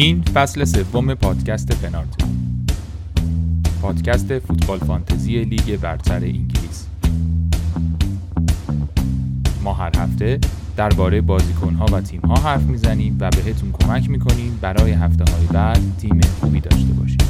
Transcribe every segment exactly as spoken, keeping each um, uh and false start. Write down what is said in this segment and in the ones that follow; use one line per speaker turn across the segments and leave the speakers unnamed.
این فصل سوم پادکست پنارت، پادکست فوتبال فانتزی لیگ برتر انگلیس. ما هر هفته درباره بازیکن‌ها و تیم‌ها حرف میزنیم و بهتون کمک میکنیم برای هفته‌های بعد تیم خوبی داشته باشید.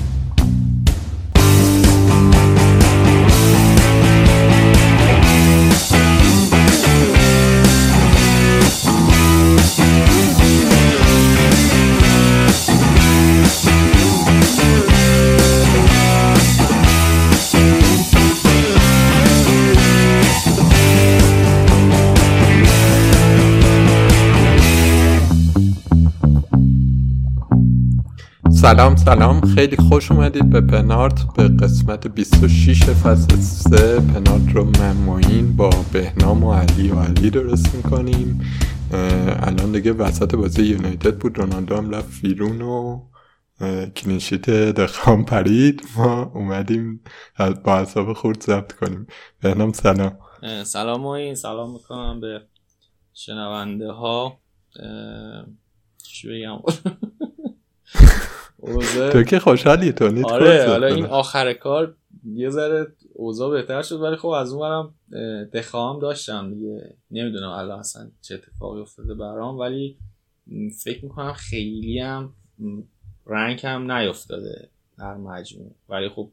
سلام سلام خیلی خوش اومدید به پنارت، به قسمت بیست و شش فصل سه. پنارت رو من معین با بهنام و علی و علی درست میکنیم. الان دیگه وسط بازی یونایتد بود، رونالدو هم رفت بیرون و کلینشیت دخام پرید. ما اومدیم با اعصاب خورد ضبط کنیم. بهنام سلام.
سلام معین، سلام میکنم به شنونده ها. چی بگم؟
تو که خوشحالی تو نیت.
آره حالا این آخر کار یه ذره اوضاع بهتر شد، ولی خب از اون برم دخام داشتم دیگه. نمیدونم الان اصلا چه اتفاقی افتاده برام، ولی فکر میکنم خیلی هم رنگ هم نیفتاده در مجموع. ولی خب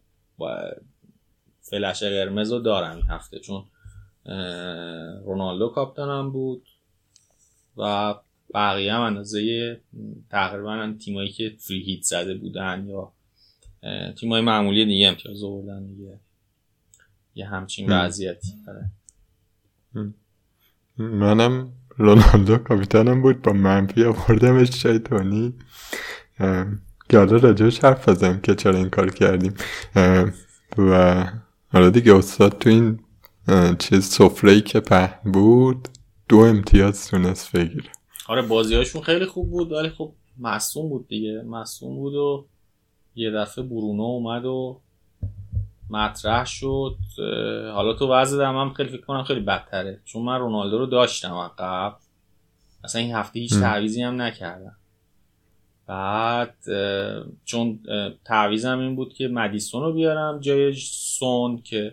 فلش قرمز رو دارم این هفته، چون رونالدو کاپیتانم بود و بقیه هم اندازه تقریبا تیمایی که فری هیت زده بودن یا تیمای معمولی دیگه امتیاز آوردن دیگه. یه همچین وضعیتی.
منم رونالدو کاپیتانم بود، با منفی آوردمش جای تونی که حالا راجعش حرف بزنیم که چرا این کار کردیم. و حالا دیگه استاد تو این چیز سفره‌ای که پهن بود دو امتیاز تونست بگیره.
آره بازیاشون خیلی خوب بود، ولی خب مصدوم بود دیگه. مصدوم بود و یه دفعه برونو اومد و مطرح شد. حالا تو وضع دم هم خیلی فکر کنم خیلی بدتره، چون من رونالدو رو داشتم قبل، اصلا این هفته هیچ تعویضی هم نکردم. بعد چون تعویضم این بود که مدیسون رو بیارم جای سون، که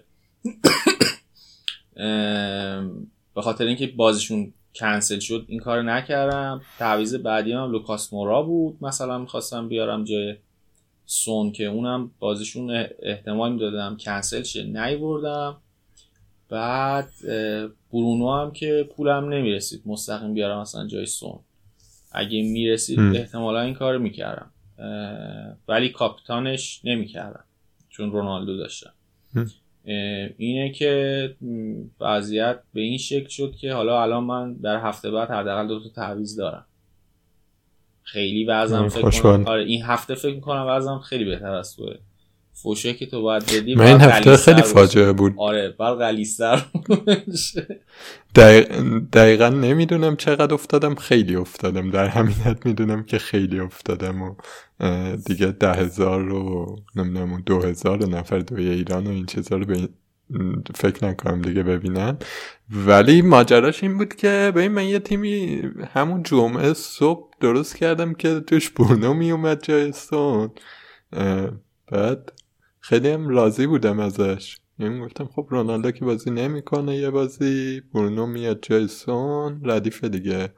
به خاطر اینکه بازیشون کنسل شد این کار نکردم. تعویض بعدی هم لوکاس مورا بود، مثلا میخواستم بیارم جای سون که اونم بازیشون احتمال میدادم کنسل شه، نیوردم. بعد برونو هم که پولم نمیرسید مستقیم بیارم مثلا جای سون، اگه میرسید احتمالا این کار میکردم، ولی کاپیتانش نمیکردم چون رونالدو داشتم. اینه که وضعیت به این شکل شد که حالا الان من در هفته بعد حداقل دو تا تعویض دارم. خیلی وضعم فکر کنم آره این هفته فکر می‌کنم وضعم خیلی بهتر است. تو فوشه که تو باید بدی
من این هفته خیلی فاجعه بود.
آره بعد غلیظ‌تر
دقیق... دقیقاً نمیدونم چقدر افتادم، خیلی افتادم. در همین حد میدونم که خیلی افتادم و دیگه ده هزار و نمیدونم دو هزار نفر دوی ایران و این چیزا رو به فکر نکنم دیگه ببینن. ولی ماجراش این بود که ببین من یه تیمی همون جمعه صبح درست کردم که توش برونو می اومد جای سون. بعد خیلی هم راضی بودم ازش، یعنی گفتم خب رونالدو که بازی نمیکنه یه بازی، برونو میاد جای سون، ردیفه دیگه.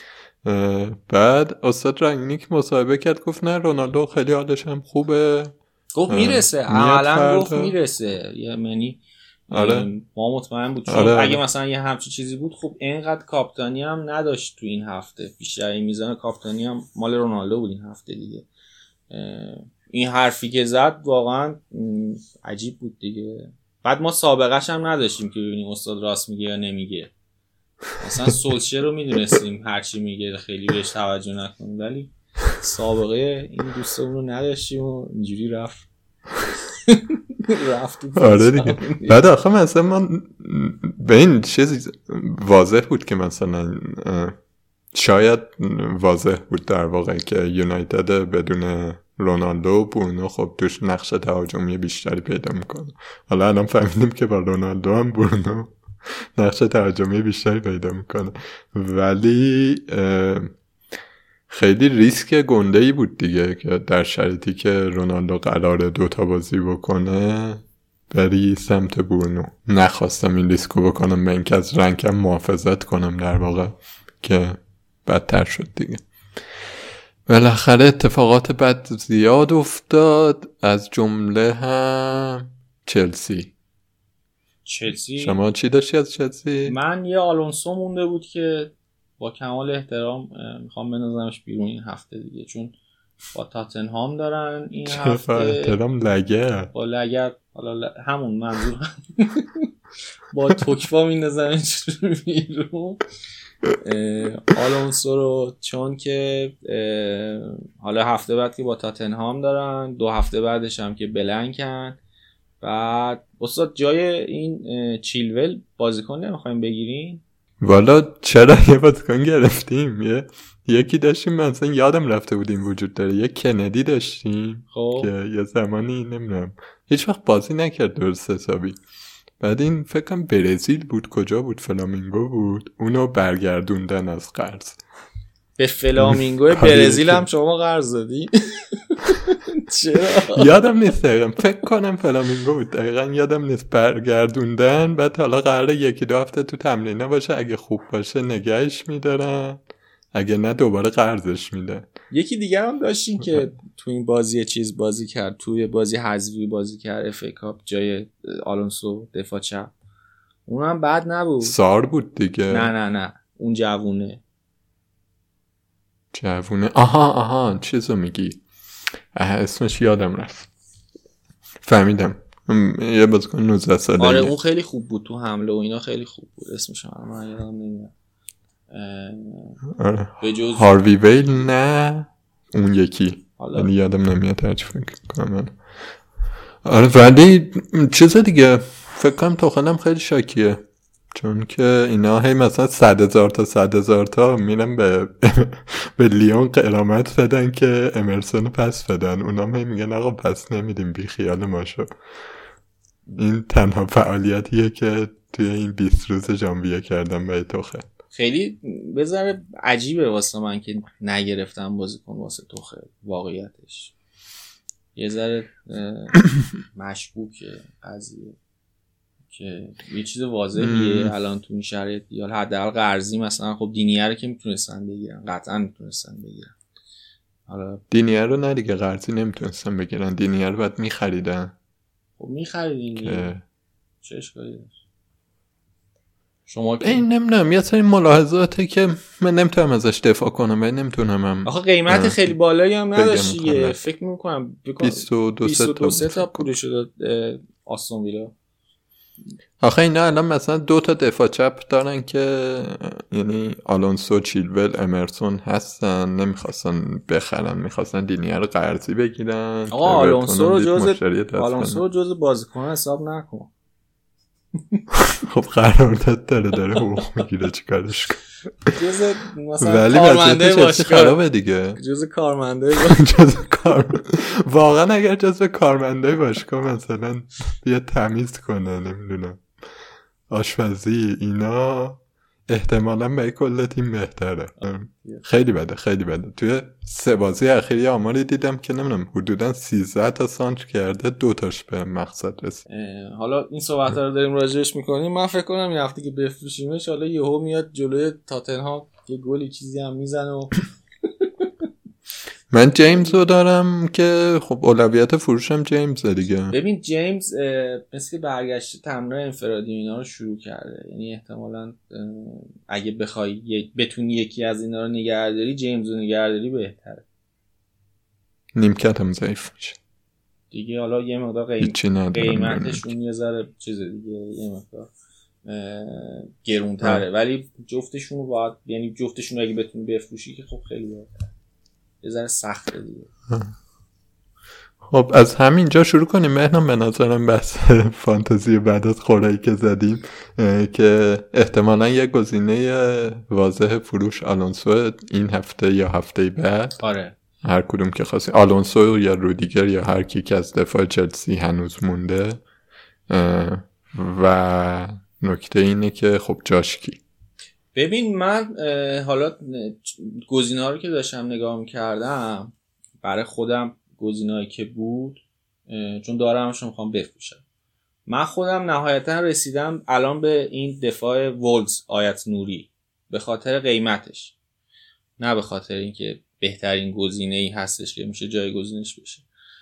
بعد استاد رنگنیک مصاحبه کرد، گفت نه رونالدو خیلی حالش هم خوبه،
گفت میرسه، عملا گفت میرسه. یعنی
آره
ما مطمئن بود، چون
آره.
اگه مثلا یه همچین چیزی بود خب اینقدر کاپیتانی هم نداشت تو این هفته، بیشتر میزان کاپیتانی هم مال رونالدو بود این هفته دیگه. این حرفی که زد واقعا عجیب بود دیگه. بعد ما سابقه‌ش هم نداشتیم که ببینیم استاد راست میگه یا نمیگه. مثلا سولشر رو میدونستیم هر چی میگه خیلی بهش توجه نکنیم، ولی سابقه این دوستمون رو نداشتیم و اینجوری رفت رفت.
آره دیگه. بعد آخه مثلا من به این چیز واضح بود که مثلا شاید واضح بود در واقع که یونایتد بدون رونالدو و برونو خب توش نقش تهاجمی بیشتری پیدا میکنه. حالا الان فهمیدیم که با رونالدو هم برونو نقش تهاجمی بیشتری پیدا میکنه. ولی خیلی ریسک گنده‌ای بود دیگه که در شرایطی که رونالدو قراره دوتا بازی بکنه بری سمت برونو. نخواستم این ریسکو بکنم، به اینکه از رنگم محافظت کنم در واقع، که بدتر شد دیگه. بالاخره اتفاقات بد زیاد افتاد، از جمله هم چلسی.
چلسی
شما چی داشتی از چلسی؟
من یه آلونسو مونده بود که با کمال احترام میخوام بنازمش بیرون این هفته دیگه، چون با تاتنهام دارن این هفته.
احترام لگر
با لگر حالا ل... همون منظور با توکفا میندازمش بیرون آلونسو رو، چون که حالا هفته بعد که با تاتنهام دارن، دو هفته بعدش هم که بلنکن. بعد استاد جای این چیلول بازیکن نمیخوایم بگیرین؟
والا چرا یه بازیکن گرفتیم، یه یکی داشتیم، مثلا یادم رفته بودیم وجود داره، یه کندی داشتیم
خب.
که یه زمانی نمیدونم هیچ وقت بازی نکرد درست حسابی، بعد این فکر کنم برزیل بود، کجا بود، فلامینگو بود، اونو برگردوندن از قرض.
به فلامینگو برزیل هم شما قرض دادی؟ چرا؟
یادم نیست دقیقا، فکر کنم فلامینگو بود، دقیقا یادم نیست. برگردوندن، بعد حالا قراره یکی دو هفته تو تمرینه باشه، اگه خوب باشه نگهش میدارن، اگه نه دوباره قرضش میده.
یکی دیگر هم داشتین که تو این بازی چیز بازی کرد، توی بازی حذفی بازی کرد اف ای کاپ جای آلونسو دفاع چپ، اونم بد نبود.
سار بود دیگه.
نه نه نه اون جوونه
جوونه آها آها چیزو میگی، اسمش یادم رفت، فهمیدم، یه بازیکن نوزده ساله.
آره اون خیلی خوب بود تو حمله و اینا، خیلی خوب بود، اسمش من یادم نمیاد.
آره.
به جز
هاروی ویل نه اون یکی
حالا
یادم نمیاد هرچی فکر کنم. آره ولی چیز دیگه فکر کنم توخنم خیلی شاکیه، چون که اینا هی مثلا صد هزار تا صد هزار تا میرن به به لیون قرامت بدن که امرسون پس بدن، اونام هی میگن آقا پس نمیدیم، بی خیال ما شو. این تنها فعالیتیه که توی این بیست روز ژانویه کردم برای توخه.
خیلی بذاره عجیبه واسه من که نگرفتم بازیکن واسه توخه، واقعیتش یه ذره مشکوکه قضیه که یه چیز واضحیه الان تو این شرایط، یا حداقل قرضی مثلا خب دینیه رو که میتونستن بگیرن، قطعا میتونستن بگیرن. حالا
دینیه رو نه دیگه، قرضی نمیتونستن بگیرن، دینیه رو باید میخریدن.
خب میخریدین
که...
چه اشکالی داشت؟ شما که
این نمیدونم یه سری ملاحظاته که من نمیتونم ازش دفاع کنم، من نمیتونم هم
آخه قیمت اه. خیلی بالایی هم نداشت دیگه، فکر میکنم
بیست و دو
تا پولش داد آستون ویلا.
آخه اینا الان مثلا دو تا دفاع چپ دارن که یعنی آلونسو، چیلول، امرسون هستن، نمیخواستن بخرن، میخواستن دینیه رو قرضی بگیرن.
آقا آلونسو رو جز آلونسو رو جز بازیکن حساب نکن.
خب قرارداد داره داره حقوق میگیره چیکارش کنه،
جز مثلا کارمنده باشگاه
خرابه دیگه،
جز کارمنده
جز کار واقعا اگر جز کارمنده باشگاه مثلا بیا تمیز کنه، نمیدونم آشپزی اینا، احتمالاً برای کل تیم بهتره. خیلی بده خیلی بده. توی سه بازی اخیری آماری دیدم که نمیدونم حدوداً سیزده تا سانتر کرده، دو تاش به مقصد رسید.
حالا این صحبت رو داریم راجعش میکنیم، من فکر کنم این هفته که بفروشیمش حالا یهو میاد جلوی تاتنهام یه گلی چیزی هم میزنه و
من جیمز رو دارم که خب اولویت فروشم جیمز دیگه.
ببین جیمز مثل برگشت تمرین انفرادی اینا رو شروع کرده، یعنی احتمالاً اگه بخوای بتونی یکی از اینا رو نگهداری، جیمز رو نگهداری بهتره.
نیمکت هم ضعیف میشه
دیگه، حالا یه مقدار قیم... قیمتشون یه ذره چیز دیگه، یه مقدار گرونتره، ولی جفتشون رو باید، یعنی جفتشون رو اگه بتونی بفروشی که خب خیلی بهتره، یه ذره سخته دیگه.
خب از همینجا شروع کنیم مهنم، به نظرم بس فانتزی بعد از خورایی که زدیم که احتمالا یه گزینه واضح فروش آلونسو این هفته یا هفته بعد.
آره
هر کدوم که خواستی، آلونسو یا رودیگر یا هر کی که از دفاع چلسی هنوز مونده. و نکته اینه که خب جاش کی؟
ببین من حالا گزینه‌ها رو که داشتم نگاه می‌کردم برای خودم گزینه‌ای که بود چون دارمش میخوام بفروشم، من خودم نهایتا رسیدم الان به این دفاع وولز آیت نوری به خاطر قیمتش، نه به خاطر اینکه بهترین گزینه‌ای هستش که میشه جایگزینش بشه.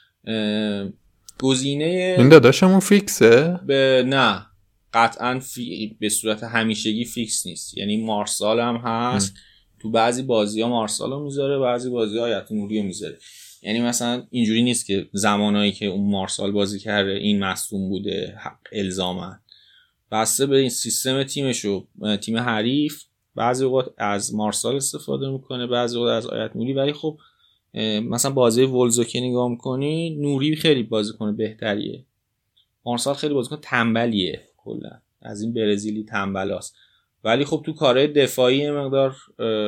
گزینه
این داداشمون فیکسه؟
به نه قطعا فی... به صورت همیشگی فیکس نیست، یعنی مارسال هم هست ام. تو بعضی بازی‌ها مارسال رو میذاره، بعضی بازی‌ها آیت نوری رو میذاره. یعنی مثلا اینجوری نیست که زمانایی که اون مارسال بازی کرده این مصدوم بوده الزاما، بسته به این سیستم تیمش و تیم حریف بعضی وقت از مارسال استفاده میکنه، بعضی وقت از آیت نوری. ولی خب مثلا بازی وولز رو که نگاه میکنی نوری خیلی بازیکن بهتریه، مارسال خیلی بازیکن تنبلیه، کلا از این برزیلی تنبلاست. ولی خب تو کارهای دفاعی مقدار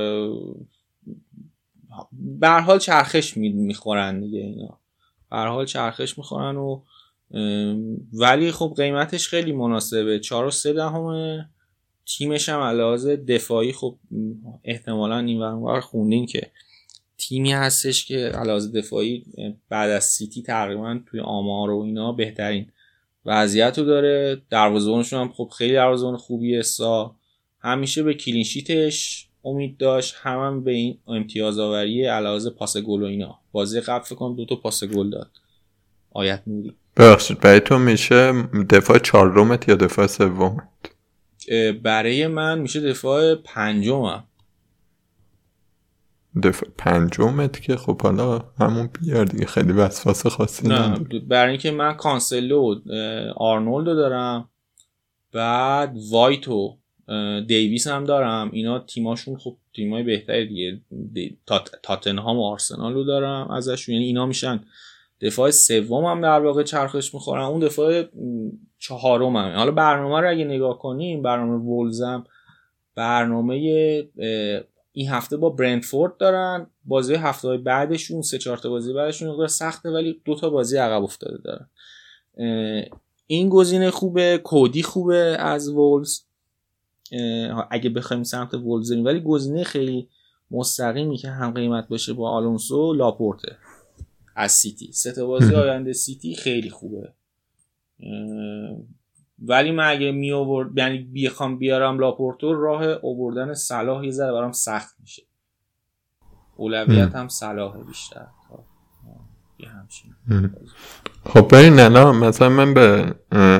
به هر حال چرخش میخورن دیگه، اینا به هر حال چرخش میخورن و ولی خب قیمتش خیلی مناسبه، چهار و سه دهم. تیمش هم علاوه دفاعی خب احتمالاً این ور خوندین که تیمی هستش که علاوه دفاعی بعد از سیتی تقریبا توی آمار و اینا بهترین وضعیت رو داره. دروازه‌بانشون هم خب خیلی دروازه‌بان خوبیه، سا همیشه به کلین شیتش امید داشت، هم, هم به این امتیاز آوری علاوه پاس گل و اینا. بازی قبل فکر کنم دو تا پاس گل داد آیت نوری.
ببخشید برای تو میشه دفاع چهارمت یا دفاع سومت؟
برای من میشه دفاع پنجمم.
دفاع پنجمت که خب حالا همون بیار دیگه، خیلی وسواس خاصی نداره.
برای اینکه من کانسلو آرنولدو دارم، بعد وایت و دیویس هم دارم، اینا تیماشون خب تیمای بهتری دیگه، تات، تاتنهام و آرسنال رو دارم ازشون، یعنی اینا میشن دفاع سوم هم در واقع چرخش میخورن، اون دفاع چهارم هم. حالا برنامه رو اگه نگاه کنیم، برنامه وولزم برنامه این هفته با برنتفورد دارن، بازی هفته های بعدشون سه چهار تا بازی بعدشون مقدار سخته ولی دو تا بازی عقب افتاده دارن. این گزینه خوبه، کودی خوبه از وولز اگه بخوایم سمت وولز بریم، ولی گزینه خیلی مستقیمی که هم قیمت باشه با آلونسو لاپورته از سیتی. سه تا بازی آینده سیتی خیلی خوبه، ولی من اگه می آورد یعنی بخوام بیارم لاپورتو، راه آوردن صلاح یه ذره برام سخت میشه، اولویت هم صلاح بیشتر یه همچین.
خب ببین نه مثلا من به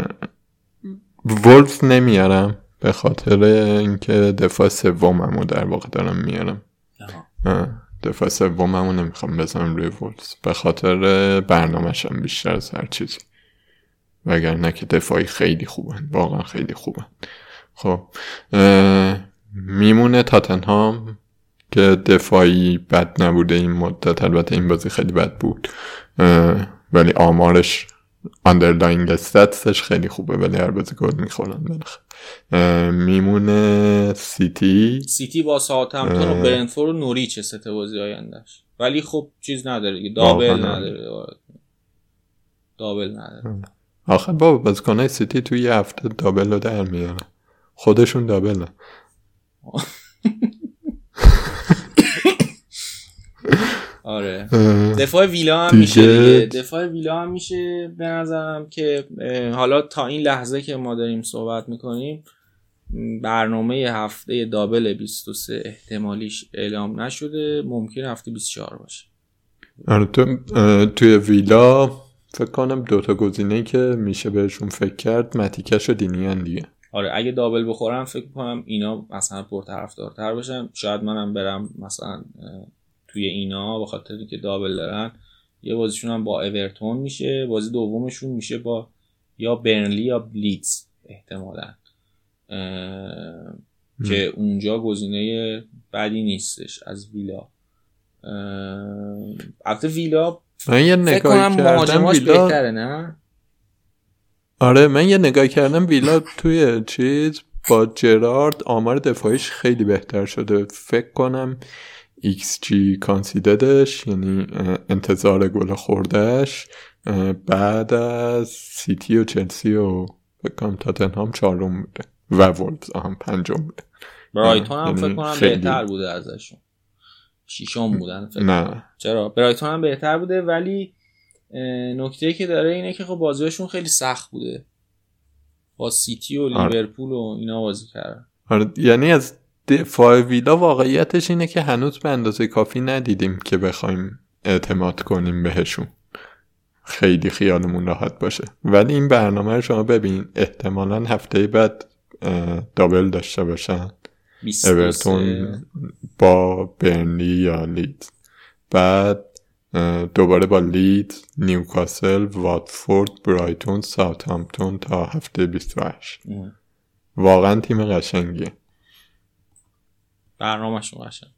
وولز نمیارم به خاطر اینکه دفاع سوممو در واقع دارم میارم. دفاع سوممو نمیخوام بزنم روی وولز به خاطر برنامه‌شم بیشتر از هر چیزی، وگرنه که دفاعی خیلی خوبن، واقعا خیلی خوبن. خب میمونه تاتنهام که دفاعی بد نبوده این مدت، البته این بازی خیلی بد بود ولی آمارش اندرلاینگ استاتسش خیلی خوبه، ولی هر بازی گل میخورن بالاخره. میمونه سیتی
سیتی با ساوثهمپتون و برنتفورد و نوریچ سه تا بازی آیندهش، ولی خب چیز نداره، دابل نداره دابل نداره
آخه بابا بازیکنای سیتی توی یه هفته دابل رو در میارن، خودشون دابل هم.
آره دفاع ویلا هم میشه دیگه. دفاع ویلا هم میشه به نظرم که حالا تا این لحظه که ما داریم صحبت میکنیم برنامه هفته دابل بیست و سه احتمالیش اعلام نشده، ممکن هفته بیست و چهار باشه.
آره تو توی ویلا فکر کنم دوتا گزینه‌ای که میشه بهشون فکر کرد متیکش و دینیان دیگه.
آره اگه دابل بخورم فکر کنم اینا مثلا پرطرفدارتر باشن، شاید منم برم مثلا توی اینا به خاطر اینکه دابل دارن. یه بازیشون هم با اورتون میشه، بازی دومشون میشه با یا برنلی یا لیدز احتمالاً که اونجا گزینه بدی نیستش از ویلا. البته ویلا
من یه نگاه کردم ویلا
بهتره نه؟
آره من یه نگاه کردم ویلا توی چیز با جرارد آمار دفاعیش خیلی بهتر شده، فکر کنم ایکس جی کانسیددش یعنی انتظار گل خوردهش بعد از سیتی و چلسی و فکر کنم تاتنهام چهارم بوده و وولز هم پنجم بوده،
برایتون هم فکر کنم بهتر بوده ازشون، شیشم بودن فکر
نه
چرا برایتون هم بهتر بوده، ولی نکته‌ای که داره اینه که خب بازیاشون خیلی سخت بوده، با سیتی و لیورپول و اینا بازی کردن.
آره یعنی از دفاع ویلا واقعیتش اینه که هنوز به اندازه کافی ندیدیم که بخوایم اعتماد کنیم بهشون، خیلی خیالمون راحت باشه. ولی این برنامه رو شما ببین، احتمالاً هفته بعد دابل داشته باشن، اورتون با برنلی یا لیدز، بعد دوباره با لیدز، نیوکاسل، واتفورد، برایتون، ساوثهامپتون تا هفته بیست و هشت. واقعا تیم قشنگیه،
برنامه‌شون قشنگ،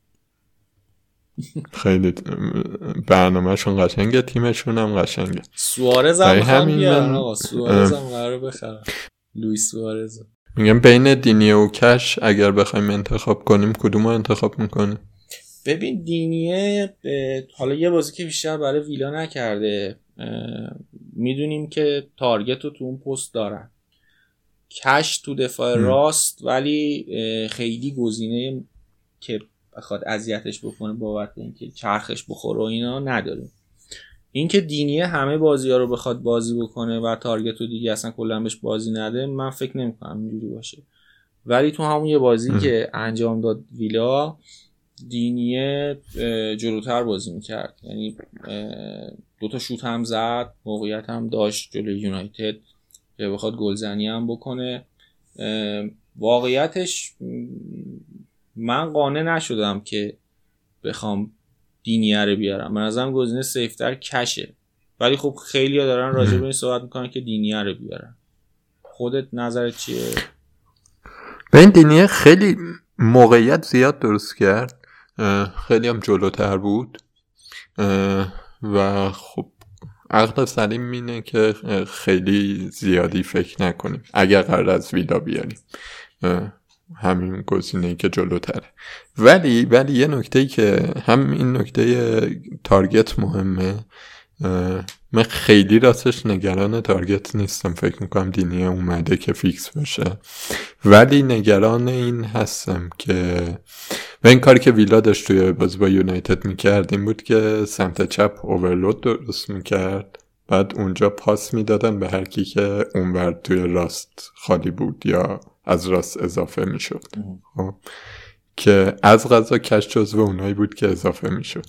خیلی برنامه‌شون قشنگه، تیمشون هم قشنگه.
سوارز هم میخوان بیارن آقا، سوارز هم قراره بخرن، لوئیس سوارز.
میگم بین دینیه و کش اگر بخوایم انتخاب کنیم کدومو انتخاب میکنیم؟
ببین دینیه حالا یه بازی که بیشتر برای ویلا نکرده، میدونیم که تارگت رو تو اون پست دارن. کش تو دفاع م. راست ولی خیلی گزینه که بخواد اذیتش بکنه بابت اینکه چرخش بخوره و اینا نداریم. اینکه دینیه همه بازی‌ها رو بخواد بازی بکنه و تارگت رو دیگه اصلا کلا بهش بازی نده، من فکر نمی‌کنم اینجوری باشه. ولی تو همون یه بازی م. که انجام داد ویلا، دینیه جلوتر بازی میکرد، یعنی دوتا شوت هم زد، موقعیت هم داشت جلوی یونایتد که بخواد گلزنی هم بکنه. واقعیتش من قانع نشدم که بخوام دینیه رو بیارم، من ازم گزینه سیفتر کشه، ولی خب خیلی ها دارن راجع به این صحبت میکنن که دینیه رو بیارن. خودت نظرت چیه؟
به این دینیه خیلی موقعیت زیاد درست کرد، خیلی هم جلوتر بود و خب عقل سلیم اینه که خیلی زیادی فکر نکنیم اگر قرار از ویلا بیاریم، همین گزینه‌ای که جلوتره. ولی ولی یه نکته‌ای که هم این نکته تارگت مهمه، من خیلی راستش نگران تارگت نیستم، فکر میکنم دینیه اومده که فیکس بشه، ولی نگران این هستم که و این کاری که ویلا داشت توی بازی با یونایتد میکرد این بود که سمت چپ اوورلود درست میکرد، بعد اونجا پاس میدادن به هر کی که اونور توی راست خالی بود یا از راست اضافه میشد، خب که از قضا کش جزو اونایی بود که اضافه میشد.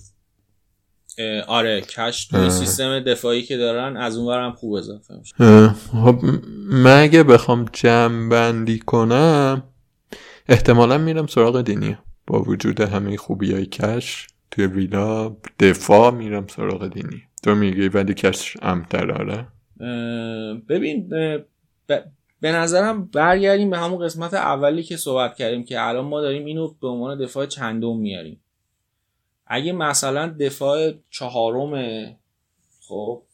آره کش توی سیستم دفاعی که دارن از اونور هم خوب اضافه میشه.
خب من اگه بخوام جمع بندی کنم احتمالا میرم سراغ دینیه، با وجود همه خوبی های کش توی ویلا دفاع میرم سراغ دینیه. تو میگی ولی کش امتر. آره
ببین ب... به نظرم برگردیم به همون قسمت اولی که صحبت کردیم که الان ما داریم اینو به عنوان دفاع چندم میاریم. اگه مثلا دفاع چهارم، خب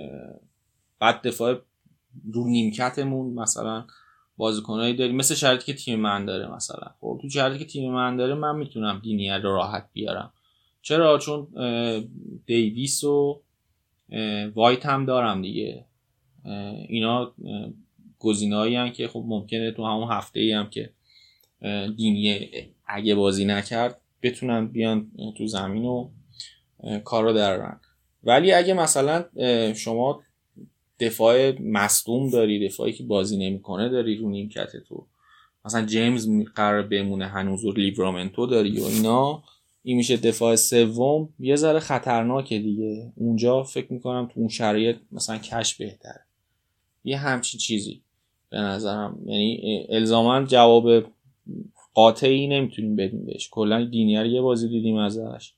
بعد دفاع رو نیمکتمون مثلا بازیکنایی داریم مثل شرایطی که تیم من داره، مثلا خب تو شرایطی که تیم من داره من میتونم دینیه رو راحت بیارم. چرا؟ چون دیویس و وایت هم دارم دیگه، اینا گزینه‌ای هستن که خب ممکنه تو همون هفته‌ای هم که دینیه اگه بازی نکرد بتونن بیان تو زمین و کارو درارن. ولی اگه مثلا شما دفاع مصدوم داری، دفاعی که بازی نمیکنه داری رو نیمکت تو، مثلا جیمز قرار بمونه هنوز و لیورامنتو داری و اینا، این میشه دفاع سوم، یه ذره خطرناکه دیگه. اونجا فکر میکنم تو اون شرایط مثلا کش بهتره، یه همچین چیزی به نظرم. یعنی الزاما جواب قاطعی نمیتونیم بدیم بهش. کلا دینیه یه بازی دیدیم ازش،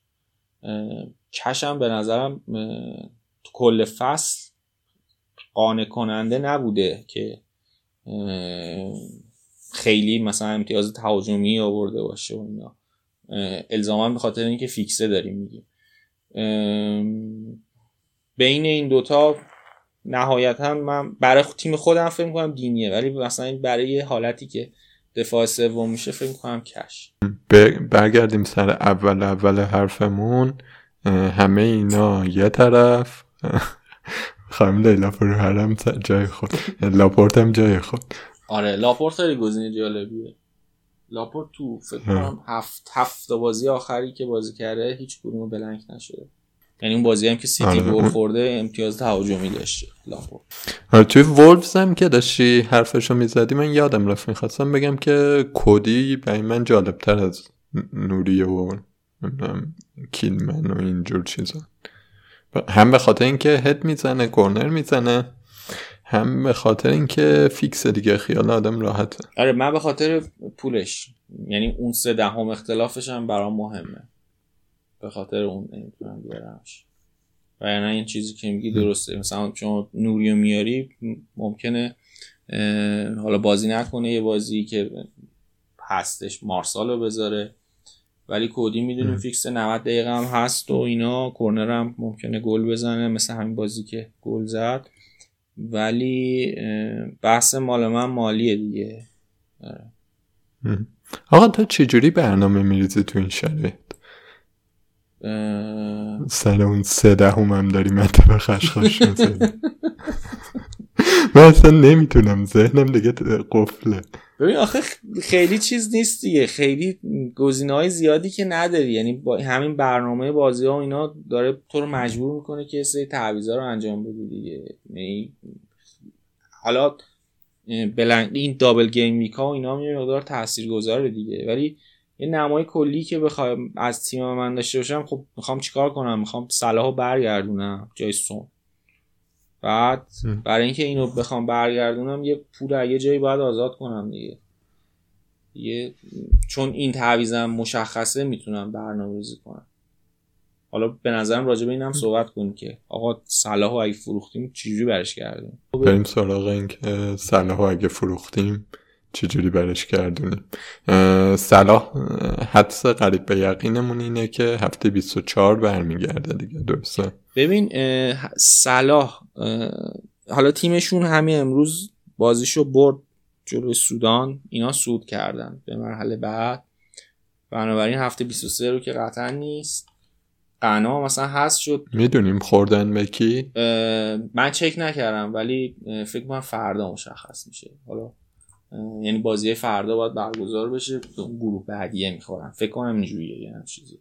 کش هم به نظرم تو کل فصل قانع کننده نبوده که خیلی مثلا امتیاز تهاجمی آورده باشه و اینا. الزاما به خاطر اینکه فیکسه داریم میگیم. بین این دوتا نهایتا من برای تیم خودم فکر می‌کنم دینیه، ولی مثلا برای حالتی که دفاع سوم میشه فکر می‌کنم کش.
برگردیم سر اول اول حرفمون، همه اینا یه طرف، خانم لیلا فروهرم جای خود، لاپورت هم جای خود.
آره لاپورت خیلی گزینه جالبیه. لاپورت تو فکر کنم هفت هفت بازی آخری که بازی کرده هیچ کدومو بلنک نشده. یعنی اون بازی هم که سیتی گل خورده امتیاز تهاجمی داشته لاپورت.
آره توی وولفز هم که داشتی حرفشو میزدی من یادم رفت میخواستم بگم که کودی برای من جالبتر از نوریه و کیلمن و اینجور چیزا، هم به خاطر اینکه هد میزنه کورنر میزنه، هم به خاطر اینکه فیکس دیگه خیال آدم راحته.
آره من به خاطر پولش، یعنی اون سه دهم اختلافش هم برام مهمه، به خاطر اون نمیتونم بیارمش. و یعنی این چیزی که میگی درسته، مثلا شما نوریو میاری ممکنه حالا بازی نکنه یه بازی که هستش مارسالو بذاره، ولی کودی میدونیم فیکس نود دقیقه هم هست و اینا، کورنر هم ممکنه گل بزنه مثل همین بازی که گل زد. ولی بحث مال من مالیه دیگه.
آقا تو چجوری برنامه میریزی تو این شرایط؟ سر اون سه دهم هم داری منطبه خشخاش میزنی. من اصلا نمیتونم، ذهنم دیگه قفله.
ببین آخه خیلی چیز نیست دیگه، خیلی گزینه‌های زیادی که نداری، یعنی با همین برنامه بازی ها و اینا داره تو رو مجبور میکنه که سری تعویضا رو انجام بدی دیگه. یعنی حالا بلنگ این دابل گیم ویک ها و اینا یه مقدار تاثیرگذاره دیگه، ولی یه نمای کلی که بخوام از تیم من داشته باشم، خب میخوام چیکار کنم؟ میخوام صلاحو برگردونم جای سون، بعد برای اینکه اینو بخوام برگردونم یه پول یه جایی باید آزاد کنم دیگه. یه چون این تعویضم مشخصه میتونم برنامه‌ریزی کنم. حالا به نظرم راجع به اینم صحبت کنیم که آقا صلاحو اگه فروختیم چجوری برش کردیم.
بریم سراغ این که صلاحو اگه فروختیم چجوری برش کردونیم. صلاح حدس قریب به یقینمون اینه که هفته بیست و چهار برمیگرده دیگه، درسته؟
ببین صلاح حالا تیمشون همین امروز بازیشو برد جلوی سودان، اینا صعود کردن به مرحله بعد، بنابراین هفته بیست و سه رو که قطعا نیست. قنا مثلا هست شد،
میدونیم خوردن به کی؟
من چک نکردم ولی فکر کنم فردا مشخص میشه. حالا یعنی بازی فردا باید برگزار بشه، گروه بعدیه میخورن فکر کنم اینجوریه یه هم چیزی.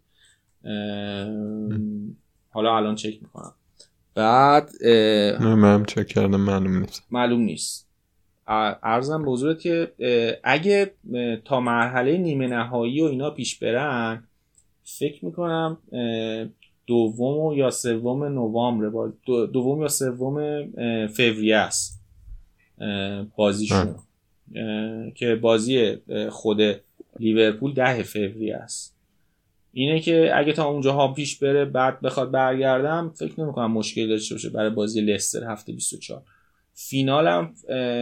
حالا الان چک میکنم. بعد
نه من هم چک کردم معلوم نیست
معلوم نیست. عرضم به حضورت که اگه تا مرحله نیمه نهایی و اینا پیش برن، فکر میکنم دوم یا سوم نوامبر باز دوم یا سوم فوریه است بازیشون، که بازی خود لیورپول ده فوریه است. اینه که اگه تا اونجاها پیش بره بعد بخواد برگردم، فکر نمی‌کنم مشکلی داشته باشه برای بازی لستر هفته بیست و چهار. فینالم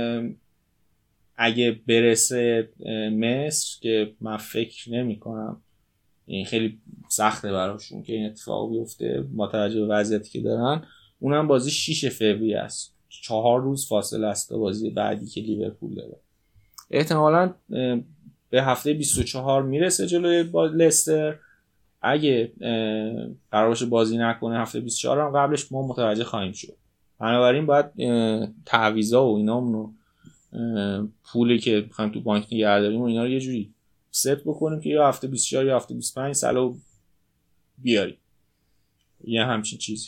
اگه برسه مصر که من فکر نمی‌کنم، این خیلی سخته براشون که این اتفاق بیفته با توجه به وضعیتی که دارن، اونم بازی شش فوریه است، چهار روز فاصله است تا بازی بعدی که لیورپول داره. احتمالاً به هفته بیست و چهار میرسه جلوی با لستر. اگه قرار باشه بازی نکنه هفته بیست و چهار هم قبلش ما متوجه خواهیم شد. بنابراین باید تعویضا و اینامونو پولی که می‌خوایم تو بانک نگه داریم و اینا رو یه جوری ست بکنیم که یا هفته بیست و چهار یا هفته بیست و پنج سالو بیاریم، یه همچین چیزی.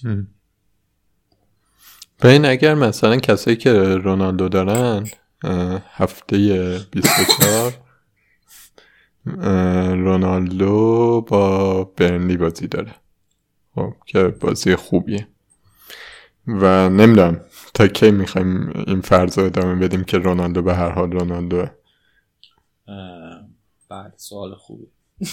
ببین اگر مثلا کسایی که رونالدو دارن هفته بیست و چهار رونالدو با برنلی بازی داره، خب که بازی خوبیه و نمیدونم تا کی میخوایم این فرض رو ادامه بدیم که رونالدو به هر حال رونالدوه.
بعد سوال خوبی.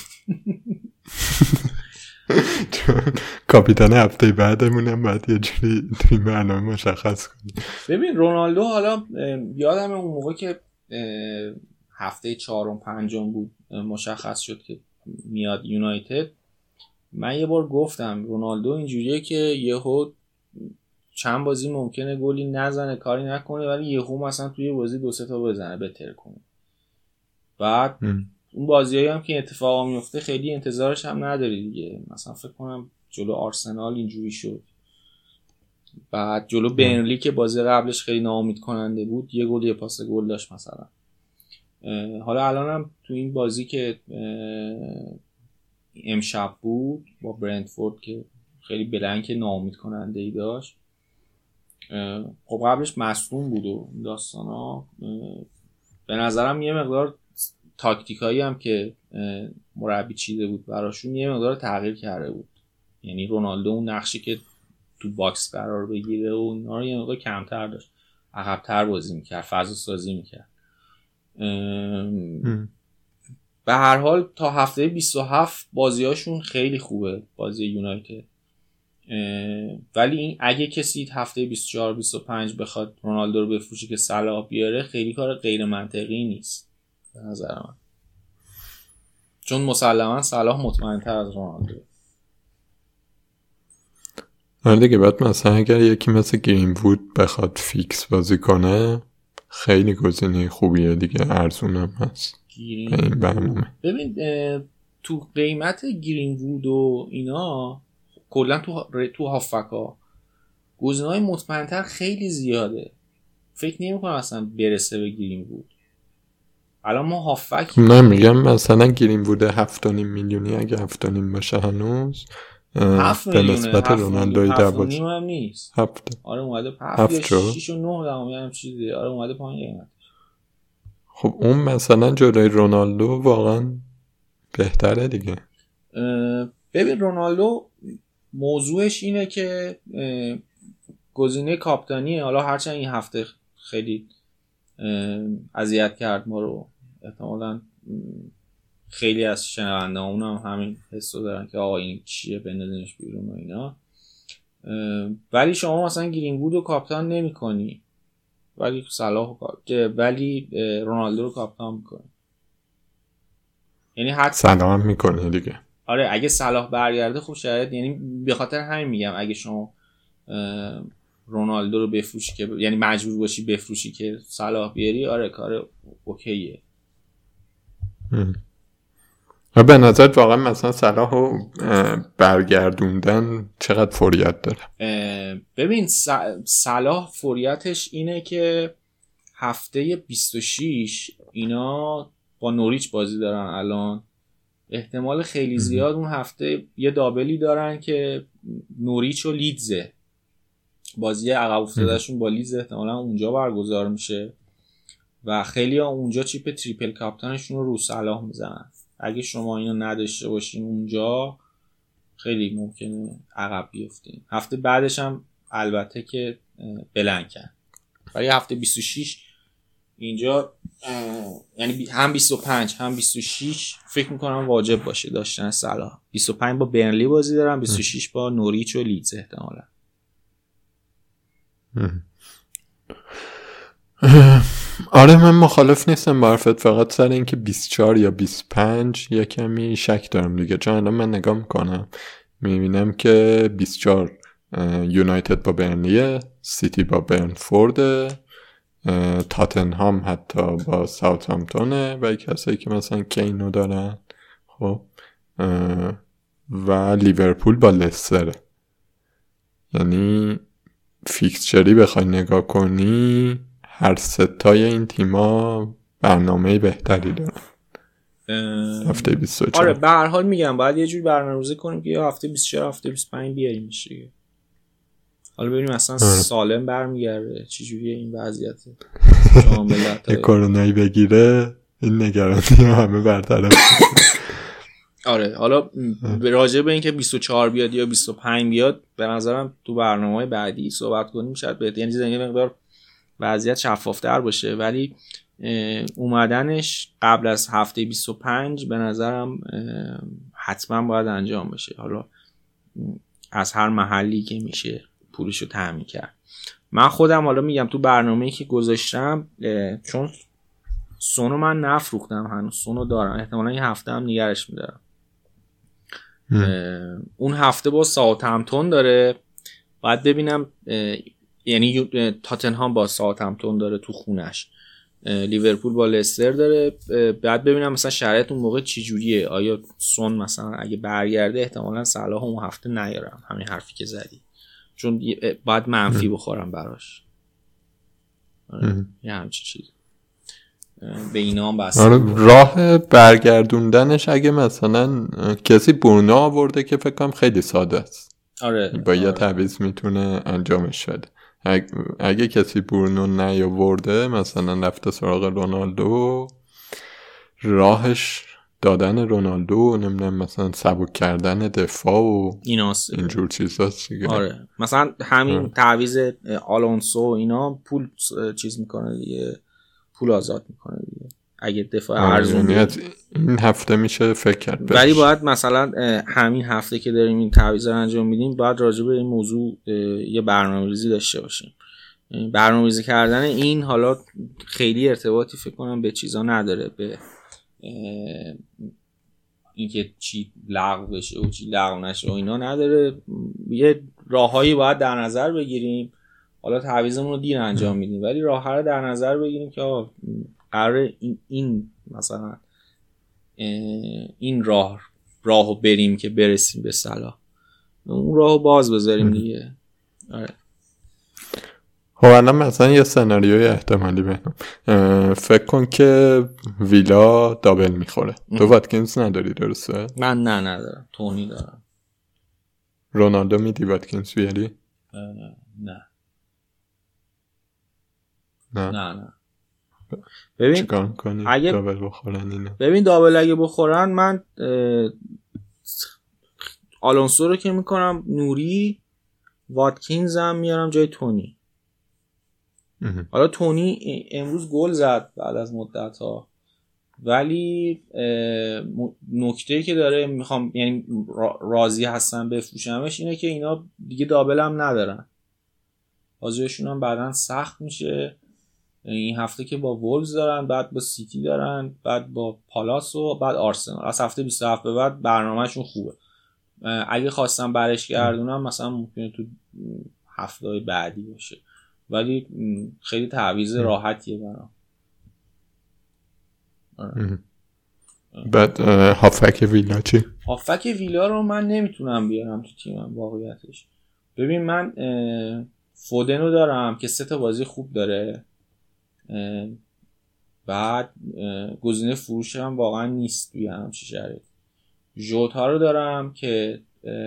کاپیتان هفته بعدمونم باید یه جوری توی برنامه مشخص کنیم.
ببین رونالدو حالا یادم اون موقع که هفته چهارم پنجم بود مشخص شد که میاد یونایتد، من یه بار گفتم رونالدو اینجوریه که یهو چند بازی ممکنه گلی نزنه کاری نکنه، ولی یهو مثلا توی بازی دو سه تا بزنه بهتر کنه. بعد ام. اون بازیایی هم که اتفاقا میفته خیلی انتظارش هم نداری دیگه. مثلا فکر کنم جلو آرسنال اینجوری شد، بعد جلو برنلی که بازی قبلش خیلی ناامید کننده بود یه گل یه پاس گل داشت مثلا. حالا الانم تو این بازی که امشب بود با برنتفورد که خیلی بلنک ناامید کننده ای داشت، خب قبلش مصدوم بود و داستانا، به نظرم یه مقدار تاکتیکایی هم که مربی چیده بود براشون یه مقدار تغییر کرده بود. یعنی رونالدو اون نقشی که تو باکس قرار بگیره و اینا رو یه مقدار کمتر داشت، عقب‌تر بازی میکرد، فضا سازی میکرد. به هر حال تا هفته بیست و هفت بازیاشون خیلی خوبه، بازی یونایتد. ولی این اگه کسی هفته بیست و چهار بیست و پنج بخواد رونالدو رو بفروشه که صلاح بیاره، خیلی کار غیر منطقی نیست به نظر من، چون مسلما صلاح مطمئن‌تر از رونالدو.
آره دیگه، بعد مثلا اگر یکی مثل گرین وود بخواد فیکس بازی کنه خیلی گزینه خوبیه دیگه، ارزونم هست این برنامه.
ببین تو قیمت گرین وود و اینا کلا تو تو هافکا گزینه‌های مطمئن‌تر خیلی زیاده، فکر نمی‌کنم اصلا برسه به گرین وود. الان ما هافک
نه میگم مثلا گرین وود هفت و نیم میلیونی اگه هفت و نیم باشه هنوز به نسبت رونالدوی در باز
هفت هم نیست.
هفت
آره اومده هفت شش و نه دهم هم چیزی. آره اومده پایین قیمتش.
خب اون مثلا جلوی رونالدو واقعا بهتره دیگه.
ببین رونالدو موضوعش اینه که گزینه کاپیتانیه. حالا هرچند این هفته خیلی اذیت کرد ما رو، احتمالاً خیلی از شنونده‌هامون هم همین حسو دارن که آقا این چیه بندازینش بیرون و اینا، ولی شما مثلا گرین وود رو کاپیتان نمی‌کنی ولی صلاح ولی رونالدو رو کاپیتان می‌کنی. یعنی حتی
صلاح هم می‌کنه دیگه.
آره اگه صلاح برگرده خب شاید، یعنی به خاطر همین میگم اگه شما رونالدو رو بفروشی که یعنی مجبور باشی بفروشی که صلاح بیاری، آره کار اوکیه.
و به نظر واقعا مثلا صلاح رو برگردوندن چقدر فوریت داره؟
ببین صلاح فوریتش اینه که هفته بیست و شش اینا با نوریچ بازی دارن الان، احتمال خیلی زیاد اون هفته یه دابلی دارن که نوریچ و لیدزه، بازی عقب افتادهشون با لیدز احتمالا اونجا برگزار میشه و خیلی ها اونجا چیپ تریپل کاپیتانشون رو رو صلاح میزنن. اگه شما اینو نداشته باشین اونجا خیلی ممکنه عقب بیفتین. هفته بعدش هم البته که بلنکن، ولی هفته بیست و شش اینجا یعنی هم بیست و پنج هم بیست و شش فکر میکنم واجب باشه داشتن صلاح. بیست و پنج با برنلی بازی دارن، بیست و شش با نوریچ و لیدز احتمالا.
آره من مخالف نیستم برفت، فقط سر اینکه بیست و چهار یا بیست و پنج یه کمی شک دارم دیگه، چون الان من نگاه میکنم میبینم که بیست و چهار یونایتد با برنلیه، سیتی با برنفورد، تاتنهام حتی با ساوثهامپتونه و کسایی که مثلا کینو دارن، خب و لیورپول با لستره. یعنی فیکسچری بخوای نگاه کنی هر ستای این تیما برنامه بهتری دارن هفته بیست و چهار.
آره به هر حال میگم باید یه جوری برنامه‌ریزی کنیم که یا هفته بیست و چهار هفته بیست و پنج بیاریم دیگه. حالا ببینیم اصلا سالم برمیگرده چه جوریه این وضعیت
یه کرونایی بگیره این نگرانی همه برطرف.
آره حالا راجع به این که بیست و چهار بیاد یا بیست و پنج بیاد به نظرم تو برنامه‌های بعدی صحبت کنیم، شاید بهتر، یعنی زنگ مقدار وضعیت شفافتر باشه، ولی اومدنش قبل از هفته بیست و پنج به نظرم حتما باید انجام بشه. حالا از هر محلی که میشه پولشو تامین کرد. من خودم حالا میگم تو برنامه‌ای که گذاشتم، چون سونو من نفروختم هنوز، سونو دارم، احتمالاً این هفته هم نگرش میدارم. اون هفته با ساوثهمپتون داره، باید ببینم، یعنی تاتنهام با ساوثهمپتون داره تو خونش، لیورپول با لستر داره، بعد ببینم مثلا شرایط اون موقع چی جوریه، آیا سون مثلا اگه برگرده احتمالاً صلاح اون هفته نیارم، همین حرفی که زدی، چون باید منفی بخورم براش. یه همچین چیز. به اینا هم بسته.
آره راه برگردوندنش اگه مثلا کسی برونو آورده که فکر کنم خیلی ساده است.
آره
با یه
آره.
تعویض میتونه انجامش بده. اگه, اگه کسی برونو نیاورده مثلا رفته سراغ رونالدو، راهش دادن رونالدو، نمیدونم مثلا سبک کردن دفاع و
ایناست
اینجور چیزاست دیگه.
آره مثلا همین تعویض آلونسو اینا پول چیز میکنه دیگه، پول آزاد میکنه دیگه اگه دفاع ارزون
بیاد. این هفته میشه فکر کرد بهش.
ولی باید مثلا همین هفته که داریم این تعویض رو انجام میدیم باید راجع به این موضوع یه برنامه‌ریزی داشته باشیم. برنامه‌ریزی کردن این حالا خیلی ارتباطی فکر کنم به چیزا نداره، به اینکه چی لغو بشه و چی لغو نشه و اینا نداره. یه راههایی باید در نظر بگیریم. حالا تعویضمون رو دیر انجام میدیم ولی راهها رو در نظر بگیریم که آقا قراره این, این مثلا این راه راهو بریم که برسیم به صلاح، اون راهو باز بذاریم دیگه. آره
خب الان مثلا یه سناریوی احتمالی بهنام فکر کن که ویلا دابل میخوره. تو واتکینز نداری درسته؟
من نه ندارم، تونی دارم.
رونالدو میدی واتکینز بیاری؟
نه
نه
نه نه ببین
چیکار میکنی
اگه
دابل بخورن اینا؟
ببین دابل اگه بخورن من آلونسو رو که میکنم نوری، واتکینز هم میارم جای تونی. حالا تونی امروز گل زد بعد از مدت ها ولی نکته‌ای که داره میخوام یعنی راضی هستم بفروشمش اینه که اینا دیگه دابل هم ندارن، بازیشون هم بعداً سخت میشه. این هفته که با وولز دارن، بعد با سیتی دارن، بعد با پالاس و بعد آرسنال. از هفته بیست و هفت به بعد برنامهشون خوبه. اگه خواستم برش گردونم مثلا ممکنه تو هفته بعدی باشه ولی خیلی تعویض راحتیه برام.
بعد هافک ویلا چی؟
هافک ویلا رو من نمیتونم بیارم تو تیمم واقعیتش. ببین من فودن رو دارم که سه تا بازی خوب داره، بعد گزینه فروش هم واقعا نیست توی همچین شرایط. ژوتا رو دارم که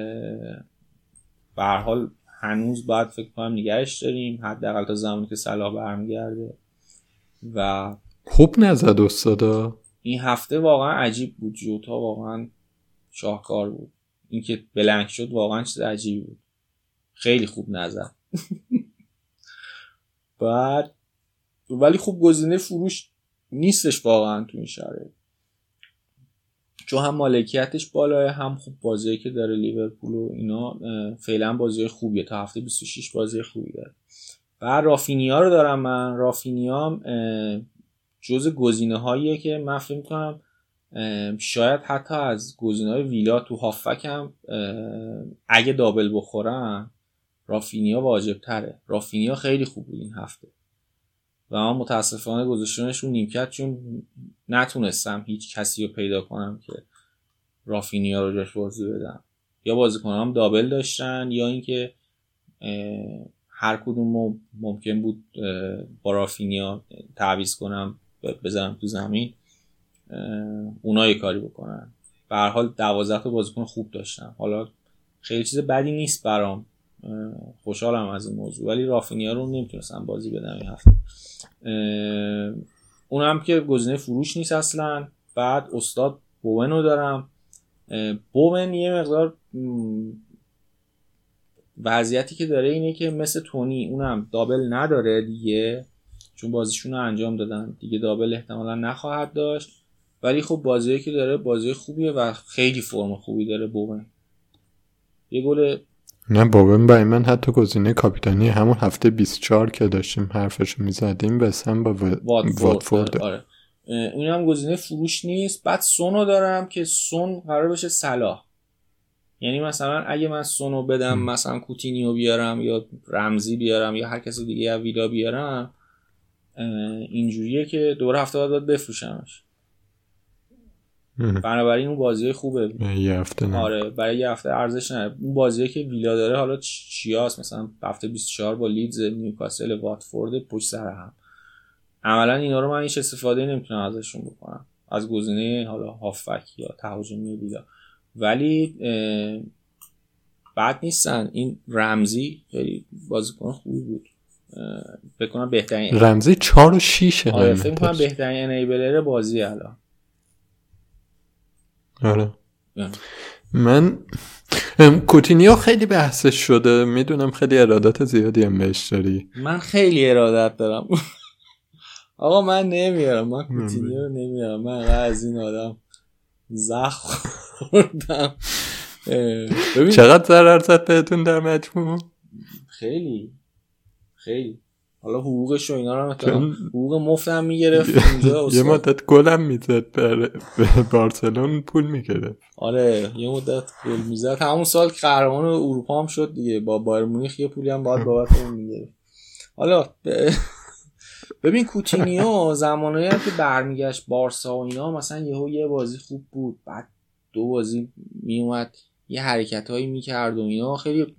به هر حال هنوز باید فکر کنم نگهش داریم حداقل تا زمانی که صلاح برمیگرده. و
خوب نزد استادا
این هفته واقعا عجیب بود، ژوتا واقعا شاهکار بود. اینکه بلنک شد واقعا چیز عجیبی بود، خیلی خوب نزد. بعد ولی خوب گزینه فروش نیستش واقعا تو این شرایط، چون هم مالکیتش بالاه هم خوب بازیه که داره لیورپول و اینا فعلا بازی خوبیه، تا هفته بیست و شش بازی خوبی داره. بعد رافینیا رو دارم من. رافینیا جز گزینه هاییه که من فکر می‌کنم شاید حتی از گزینه‌های ویلا تو هافک هم اگه دابل بخورن رافینیا واجب تره. رافینیا خیلی خوب بود این هفته و من متاسفانه گذاشتنش رو نیمکت چون نتونستم هیچ کسی رو پیدا کنم که رافینیا رو جاش بازی بدم. یا بازیکنام دابل داشتن یا اینکه هر کدوم ممکن بود با رافینیا تعویض کنم بزنم تو زمین اونا یه کاری بکنن. به هر حال دوازده تا بازیکن خوب داشتم. حالا خیلی چیز بدی نیست برام، خوشحالم از این موضوع، ولی رافینیا رو نمیتونستم بازی بدم این هفته. اونم که گزینه فروش نیست اصلا. بعد استاد بوون رو دارم. بوون یه مقدار وضعیتی که داره اینه که مثل تونی اونم دابل نداره دیگه، چون بازیشون رو انجام دادن دیگه، دابل احتمالا نخواهد داشت، ولی خب بازیه که داره بازی خوبیه و خیلی فرم خوبی داره بوون. یه گل
نه بابن برای من حتی گزینه کاپیتانی همون هفته بیست و چهار که داشتیم حرفشو میزدیم بسن با واتفورد.
آره این هم گزینه فروش نیست. بعد سونو دارم که سون قرار بشه صلاح، یعنی مثلا اگه من سونو بدم ام. مثلا کوتینیو بیارم یا رمزی بیارم یا هر کسی دیگه یا ویلا بیارم اینجوریه که دوباره هفته بعد باید بفروشمش. بنابراین اون بازی خوبه
یه هفته نه.
آره برای یه هفته ارزش نداره. اون بازیه که ویلا داره حالا چیاست مثلا هفته بیست و چهار با لیدز، نیوکاسل، واتفورد پشت سر هم، عملا اینا رو من هیچ استفاده نمیتونم ازشون بکنم از گزینه حالا هافبک یا تهاجمی دیگه. ولی بد نیستن. این رمزی خیلی بازیکن خوبی بود، فکر کنم بهترین
رمزی چهار و شیشه.
آره فکر کنم بهترین انیبلر بازی الان.
آره من کوتینیو خیلی بحثش شده، میدونم خیلی ارادت زیادی هم بهش داری.
من خیلی ارادت دارم آقا من نمیارم، من کوتینیو رو نمیارم، من از این آدم زخم خوردم.
چقدر ضرر زد بهتون در مجموع؟
خیلی خیلی. حالا حقوقش و اینا رو مثلا حقوق مفت هم میگرفت اونجا،
یه مدت گل هم میزد به بارسلون پول میگرفت.
آره یه مدت گل میزد، همون سال قهرمان اروپا هم شد دیگه با بایر مونیخ، یه پولی هم باید بابت اون میگرفت. حالا ببین کوتینیو زمانایی که برمیگشت بارسا و اینا، مثلا یهو یه بازی خوب بود، بعد دو بازی میومد یه حرکتایی میکرد و اینا، خیلی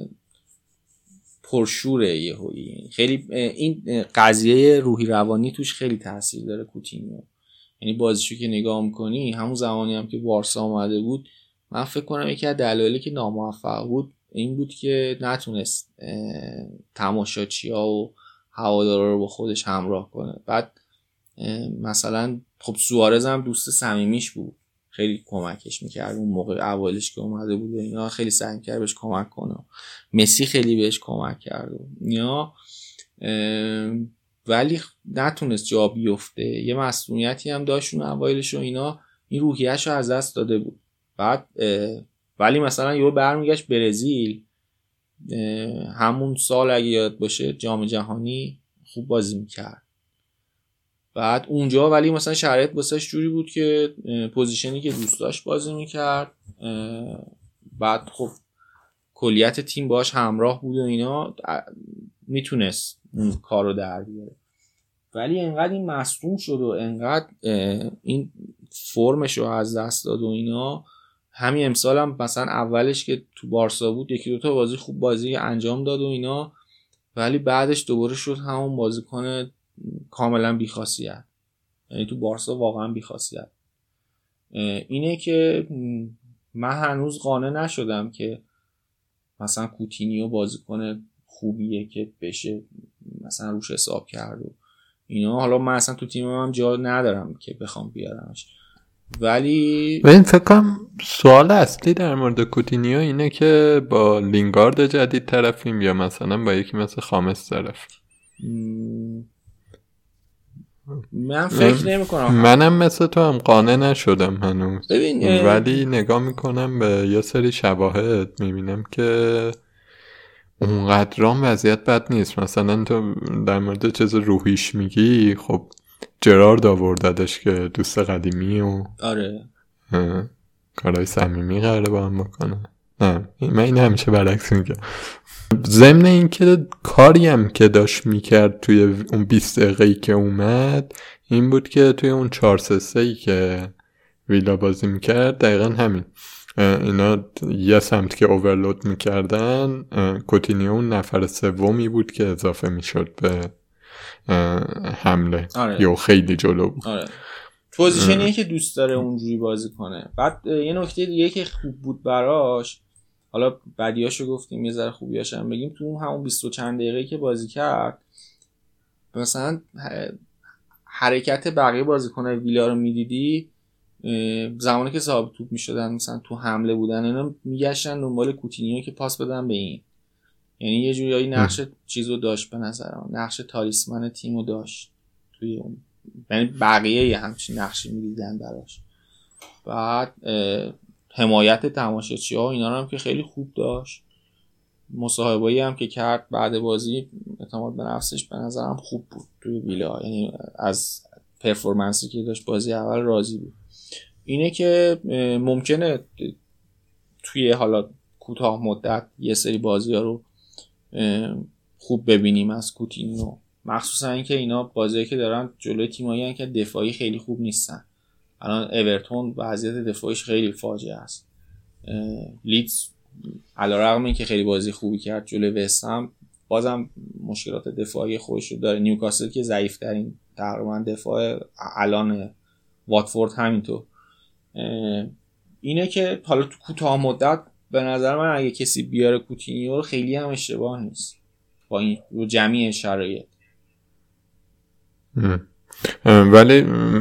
پرشوره یهویی. خیلی این قضیه روحی روانی توش خیلی تاثیر داره کوتینیو. یعنی بازیشو که نگاه میکنی همون زمانی هم که بارسا اومده بود، من فکر کنم یکی از دلایلی که ناموفق بود این بود که نتونست تماشاچی‌ها و هوادارا رو با خودش همراه کنه. بعد مثلا خب سوارز هم دوست صمیمیش بود، خیلی کمکش میکرد اون موقع اوایلش که اومده بود و اینا، خیلی سعی کرد بهش کمک کنه. مسی خیلی بهش کمک کرد اینا، ولی نتونست جا بیفته. یه مسئولیتی هم داشت اون اوایلش و اینا، این روحیه‌شو از دست داده بود. بعد ولی مثلا یهو برمیگشت برزیل، همون سال اگه یاد باشه جام جهانی خوب بازی میکرد. بعد اونجا ولی مثلا شرایط واسش جوری بود که پوزیشنی که دوست داشت بازی میکرد، بعد خب کلیت تیم باش همراه بود و اینا، میتونست اون کار رو در بیاره. ولی انقدر این مصدوم شد و انقدر این فرمش رو از دست داد و اینا. همین امسال هم مثلا اولش که تو بارسا بود یکی دوتا بازی خوب بازی انجام داد و اینا، ولی بعدش دوباره شد همون بازیکن کاملا بی‌خاصیت. یعنی تو بارسا واقعا بی‌خاصیت. اینه که من هنوز قانع نشدم که مثلا کوتینیو بازیکن خوبیه که بشه مثلا روش حساب کرد و اینا. حالا من اصلا تو تیمم هم جا ندارم که بخوام بیارمش، ولی
ببین فکر کنم سوال اصلی در مورد کوتینیو اینه که با لینگارد جدید طرفیم یا مثلا با یکی مثل خامس طرف.
من فکر نمی کنم.
منم مثل تو هم قانع نشدم هنوز،
ببین
ولی نگاه میکنم به یه سری شواهد میبینم که اونقدرام وضعیت بد نیست. مثلا تو در مورد چیز روحیش میگی، خب جرارد آورددش که دوست قدیمی و
آره
کارهای صمیمی قراره با هم بکنه. نه من این همیشه برعکس میگم. ضمن این که کاری هم که داشت میکرد توی اون بیست دقیقه‌ای که اومد این بود که توی اون چهار سه سه‌ای که ویلا بازی میکرد دقیقا همین اینا یه سمت که اوورلود میکردن، کوتینیو اون نفر سومی بود که اضافه میشد به حمله.
آره.
یا خیلی جلو بود.
آره. پوزیشنیه که دوست داره اونجوری بازی کنه. بعد یه نکته دیگه که خوب بود براش، حالا بدیاشو گفتیم یه ذره خوبیاش هم بگیم، تو همون بیست و چند دقیقه‌ای که بازی کرد مثلا حرکت بقیه بازیکن‌های ویلا رو میدیدی، زمانی که صاحب توپ میشدن مثلا تو حمله بودن اینا میگشتن دنبال کوتینیو که پاس بدن به این. یعنی یه جوری نقش چیزو داشت به نظرم، نقش تالیسمن تیمو داشت توی اون، یعنی بقیه یه همچین نقشی میدیدن براش. بعد حمایت تماشاچی‌ها اینا رو هم که خیلی خوب داشت. مصاحبه‌ای هم که کرد بعد بازی اعتماد به نفسش به نظرم خوب بود توی ویلا، یعنی از پرفورمنسی که داشت بازی اول راضی بود. اینه که ممکنه توی حالا کوتاه مدت یه سری بازی‌ها رو خوب ببینیم از کوتینیو، مخصوصا اینکه اینا بازیایی که دارن جلوی تیمایی هستن که دفاعی خیلی خوب نیستن. الان اورتون وضعیت دفاعیش خیلی فاجعه است. لیدز علیرغم اینکه خیلی بازی خوبی کرد جلوی وست هم بازم مشکلات دفاعی خودش رو داره. نیوکاسل که ضعیف ترین تقریبا دفاع الان، واتفورد همینطور. اینه که حالا تو کوتاه مدت به نظر من اگه کسی بیاره کوتینیو رو خیلی هم اشتباه نیست با این رو جمعی شرایط.
ولی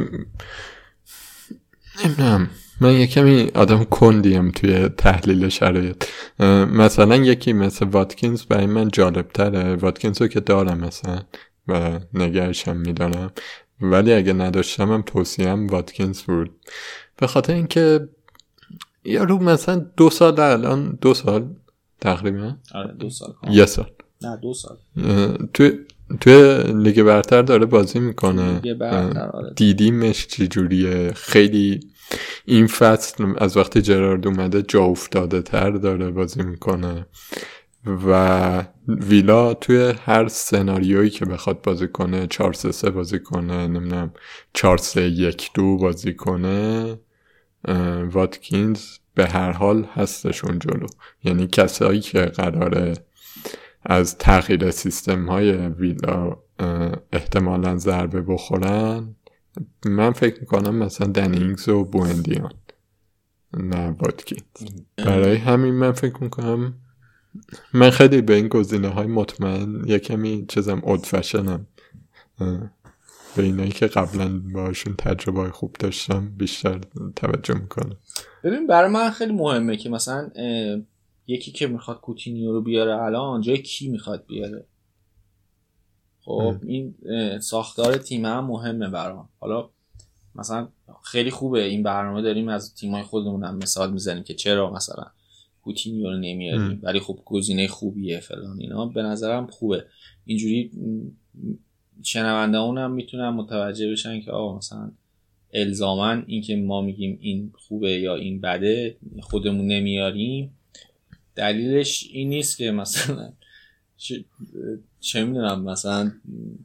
نمیدونم، من یه کمی آدم کندیم توی تحلیل شرایط. مثلا یکی مثل واتکینز برای من جالب تره. واتکینز رو که دارم مثلا و نگرشم میدارم، ولی اگه نداشتم هم توصیهم واتکینز بود، به خاطر اینکه یارو مثلا دو سال الان دو سال تقریبا
آره دو سال
یه سال
نه دو سال
توی توی لیگ برتر داره بازی میکنه.
لیگ برتر آره.
دیدیمش چجوریه، خیلی این فصل از وقتی جرارد اومده جا افتاده تر داره بازی میکنه و ویلا توی هر سناریویی که بخواد بازی کنه، چهار سه سه بازی کنه، نمیدونم چهار سه یک دو بازی کنه، واتکینز به هر حال هستشون جلو. یعنی کسایی که قراره از تغییر سیستم های ویلا احتمالاً ضربه بخورن، من فکر میکنم مثلا دنینگز و بوندیان نه واتکینز. برای همین من فکر میکنم من خیلی به این گزینه های مطمئن یه کمی چیزم اولد فشنم، به اینایی که قبلا باشون تجربه خوب داشتم بیشتر توجه میکنم.
ببین برای من خیلی مهمه که مثلا یکی که میخواد کوتینیو رو بیاره الان جای کی میخواد بیاره. خب این ساختار تیم هم مهمه برام. حالا مثلا خیلی خوبه این برنامه داریم از تیمای خودمون هم مثال میزنیم که چرا مثلا کوتینیو رو نمیاریم، ولی خب گزینه خوبیه فلان اینا. به نظرم خوبه اینجوری شنونده‌مون هم میتونن متوجه بشن که آقا مثلا الزاماً این که ما میگیم این خوبه یا این بده خودمون نمیاریم دلیلش این نیست که مثلا چه, چه میدونم مثلا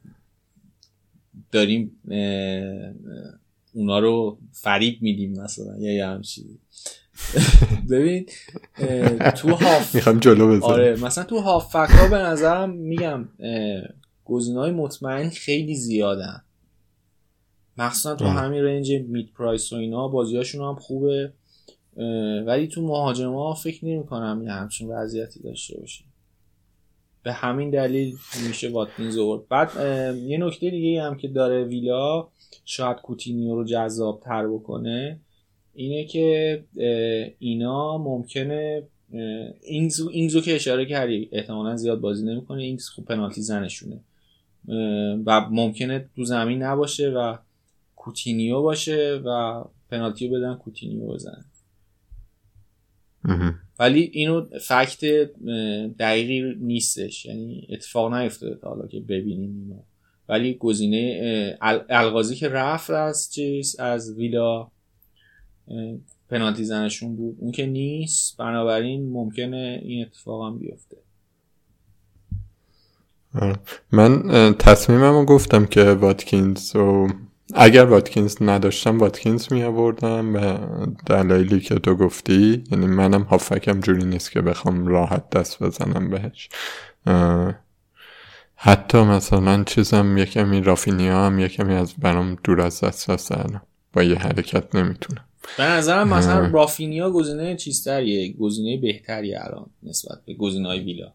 داریم اونا رو فریب میدیم مثلا یا یه همچی. ببین تو هاف
میخوام جلو بزنم.
آره مثلا تو هاف فکا به نظرم میگم گزینه‌های مطمئن خیلی زیادن، مخصوصا تو همین رنج مید پرایس و اینا بازیاشون هم خوبه، ولی تو مهاجما فکر نمی‌کنم یه همچین وضعیتی داشته باشه. به همین دلیل میشه واتکینز آورد. بعد یه نکته دیگه هم که داره ویلا شاید کوتینیو رو جذاب‌تر بکنه اینه که اینا ممکنه اینگزو اینگزو که اشاره کردی احتمالاً زیاد بازی نمی‌کنه، اینگز خوب پنالتی زنشونه و ممکنه تو زمین نباشه و کوتینیو باشه و پنالتی رو بدن کوتینیو بزنه. ولی اینو فکت دقیقی نیستش، یعنی اتفاق نیفتاده تا حالا که ببینیم اینو، ولی گزینه الغازی که رفت از چیز از ویلا پنالتی زنشون بود اون که نیست، بنابراین ممکنه این اتفاق هم بیفته.
من تصمیمم رو گفتم که واتکینز و اگر واتکینز نداشتم واتکینز می آوردم و دلایلی که تو گفتی، یعنی منم هافکم جوری نیست که بخوام راحت دست بزنم بهش. حتی مثلا چیزم یکمی رافینیا هم یکمی از برام دور از دست الان با یه حرکت نمیتونم.
به نظرم مثلا رافینیا گزینه چیزتریه، گزینه بهتریه الان نسبت به گزینه‌های ویلا.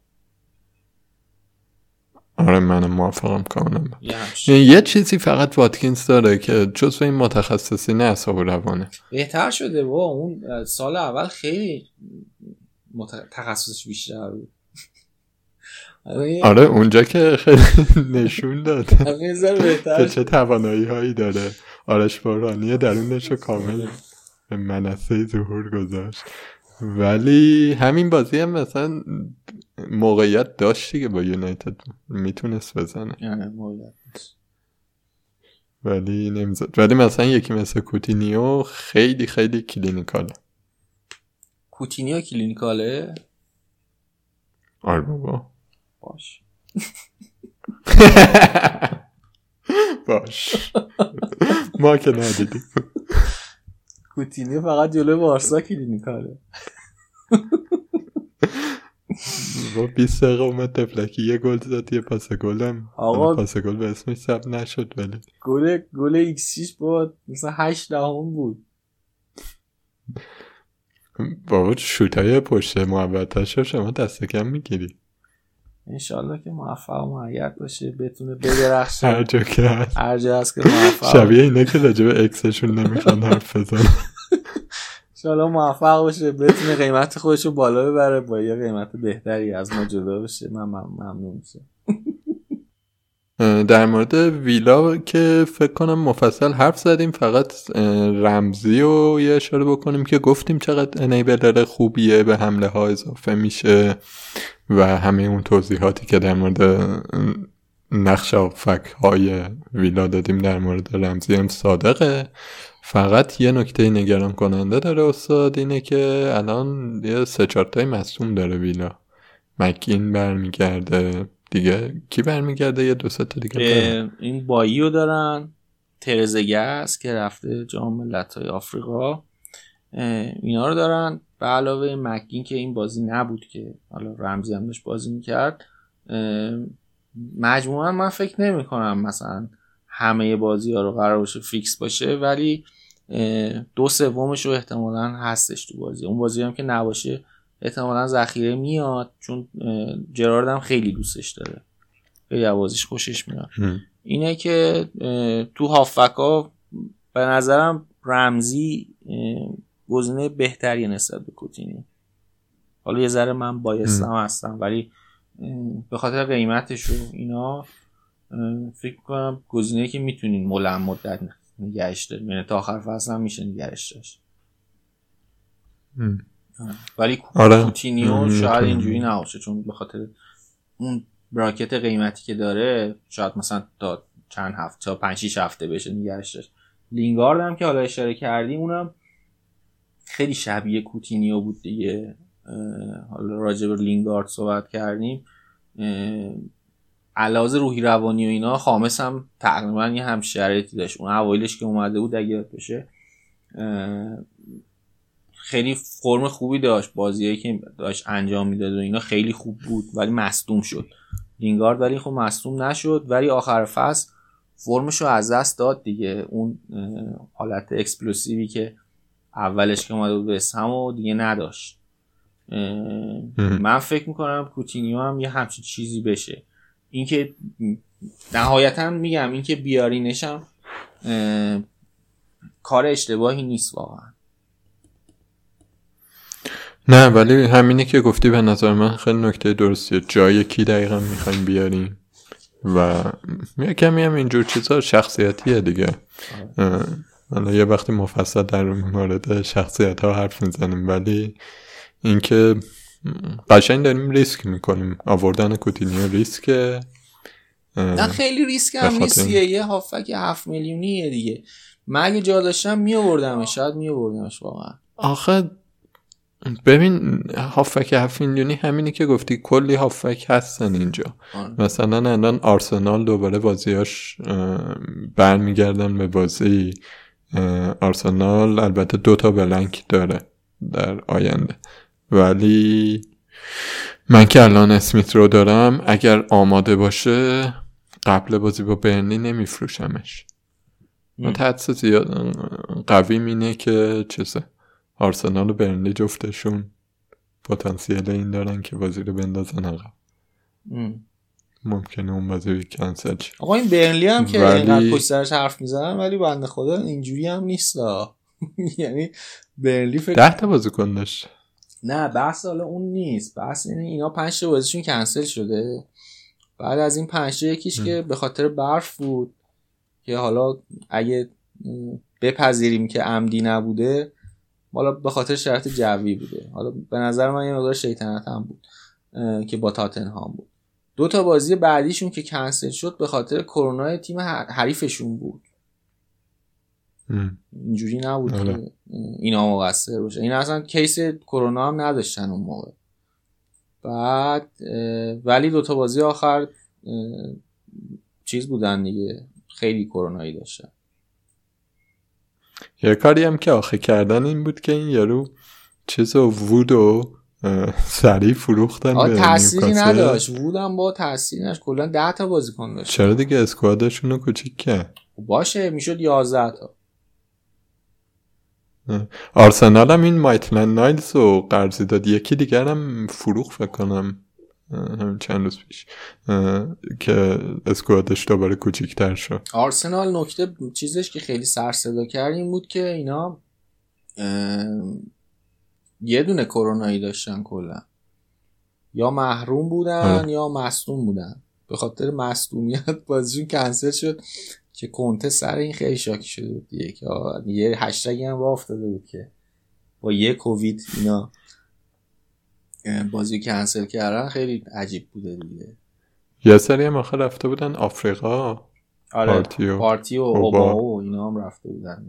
آره منم موافقم کاملا. یه چیزی فقط واتکینز داره که جزو این متخصصین اعصاب و روانه.
بهتر شده با اون سال اول خیلی مت... تخصصش بیشتر بود.
آره اونجا که خیلی نشون داد که چه توانایی هایی داره. آرش بارانی درونش رو کامل به منصه ظهور گذاشت. ولی همین بازی هم مثلا موقعیت داشتی که با یونایتد میتونست بزنه،
یعنی موقعیت
ولی نمیزد. ولی مثلا یکی مثل کوتینیو خیلی خیلی کلینیکاله.
کوتینیو کلینیکاله؟
آره بابا
باش
باش ما که ندیدیم.
کوتینیو فقط جلوی بارسا کلینیکاله.
با بیست دقیقه اومد تفلکی یه گل زد، یه پاس گلم
آقا
پاس گل به اسمش ثبت نشد ولی
گل گل ایکس شش بود مثلا هشت دهم بود.
بابا شوتای پشت محوطه‌شو شما دست کم میگیری.
انشالله که موفق و معید باشه، بتونه بدرخشه
هر جا که هست،
هر جا هست که موفق.
شبیه اینا که راجع به اکسشون نمیخوان حرف بزنن.
انشالله موفق باشه، بتونه قیمت خودشو بالا ببره، با یه قیمت بهتری از ما جدا بشه. من ممنون میشم.
در مورد ویلا که فکر کنم مفصل حرف زدیم، فقط رمزی رو یه اشاره بکنیم که گفتیم چقدر انیبلر خوبیه، به حمله ها اضافه میشه و همه اون توضیحاتی که در مورد نقش آفک های ویلا دادیم در مورد رمزی هم صادقه. فقط یه نکته نگران کننده داره استاد، اینه که الان یه سه چهار تای مصدوم داره ویلا. مکین برمیگرده دیگه، کی برمیگرده؟ یه دو سه تا دیگه داره.
این باییو دارن، ترزگاس که رفته جام ملت‌های آفریقا، اینا رو دارن، به علاوه مکین که این بازی نبود که حالا رمزی هم داشت بازی میکرد. مجموعا من فکر نمی کنم مثلا همه بازی ها رو قرار باشه فیکس باشه، ولی دو سومش رو احتمالاً هستش تو بازی. اون بازی هم که نباشه احتمالاً ذخیره میاد، چون جرارد هم خیلی دوستش داره، خیلی بازیش خوشش میاد. اینه که تو هافبک‌ها به نظرم رمزی گزینه بهتری نسبت به کوتینیو. حالا یه ذره من بایستم هستم، ولی به خاطر قیمتش و اینا فکر کنم گزینه‌ای که میتونین مولم مدت نگهش داریم، یعنی تا آخر فصل هم میشه نگهش داشت. ولی
آره.
کوتینیو شاید اینجوری نباشه، چون به خاطر اون براکت قیمتی که داره شاید مثلا تا چند هفته، تا پنج شش هفته بشه نگهش داشت. لینگارد هم که حالا اشاره کردیم اونم خیلی شبیه کوتینیو بود دیگه. حالا راجع به لینگارد صحبت کردیم، علاوه روحی روانی و اینا، خامس هم تقریبا یه هم شرایطی داشت. اون اوایلش که اومده بود اگه یاد بشه خیلی فرم خوبی داشت، بازیایی که داشت انجام میداد و اینا خیلی خوب بود، ولی مصدوم شد لینگارد. ولی خب مصدوم نشد، ولی آخر فصل فرمش رو از دست داد دیگه. اون حالت اکسپلوسیوی که اولش که اومده بود به اسمو دیگه نداشت. من فکر میکنم کوتینیو هم یه همچین چیزی بشه. اینکه نهایتا میگم اینکه بیارینشم کار اشتباهی نیست واقعا.
نه ولی همینی که گفتی به نظر من خیلی نکته درستیه. جای کی دقیقا میخوایم بیاریم و یه کمی هم اینجور چیزا شخصیتیه دیگه. حالا یه وقتی مفصل در مورد شخصیت ها حرف میزنیم، ولی اینکه قشنگ داریم ریسک میکنیم. آوردن کوتینیو ریسکه.
نه خیلی ریسک هم نیستیه، یه هافک هفت میلیونیه دیگه. من اگه جا داشتم میآوردمش، شاید میآوردمش واقعا.
آخه ببین هافک هفت میلیونی همینی که گفتی، کلی هافک هستن اینجا. آه. مثلا الان آرسنال دوباره بازیاش برمیگردن به بازی. آرسنال البته دوتا بلنک داره در آینده، ولی من که الان اسمیت رو دارم، اگر آماده باشه قبل بازی با برنلی نمیفروشمش. من حدس زیاد قوی مینه که چیزه آرسنال و برنلی جفتشون پتانسیل این دارن که بازی رو بندازن عقب. ممکنه اون بازی کنسل شه.
آقا این برنلی هم که ولی... اینقدر پشت سرش حرف میزنن، ولی بنده خدا اینجوری هم نیست. یعنی برنلی فکر
ده تا بازیکن داشت.
نه بحث حالا اون نیست، بحث اینه اینا پنج تا بازیشون کنسل شده. بعد از این پنج تا یکیش م. که به خاطر برف بود، که حالا اگه بپذیریم که عمدی نبوده، حالا به خاطر شرایط جوی بوده. حالا به نظر من یه مقدار شیطنت هم بود که با تاتنهام بود. دو تا بازی بعدیشون که کنسل شد به خاطر کرونا تیم حریفشون بود. اینجوری نبود که اینا مقصر باشه. این اصلا کیس کرونا هم نداشتن اون موقع. بعد ولی دو تا بازی آخر چیز بودن دیگه، خیلی کرونایی داشتن.
یه کاری هم که آخه کردن این بود که این یارو چیزو وودو سریع فروختن به
تأثیری
نیوکاسل.
نداشت وودم با تأثیری نداشت، کلا ده تا بازیکن داشت.
چرا دیگه اسکوادشون رو کوچیک کرد.
باشه میشد یازده تا.
آرسنال هم این مایتلند نایلز رو قرضی داد، یکی دیگر هم فروخت فکر کنم همین چند روز پیش که اسکوادش دوباره کوچیک‌تر شد.
آرسنال نکته چیزش که خیلی سر صدا کرد این بود که اینا یه دونه کرونایی داشتن، کلا یا محروم بودن آه. یا مصدوم بودن. به خاطر مصدومیت بازیشون کنسل شد که کنته سر این خیلی شاکی شده بود دیگه که یه هشتگی هم راه افتاده بود که با یه کووید اینا بازی کنسل کردن. خیلی عجیب بوده دیگه.
یه سری هم آخر رفته بودن آفریقا.
آره پارتی و, پارتی و اوبا و اینا هم رفته بودن.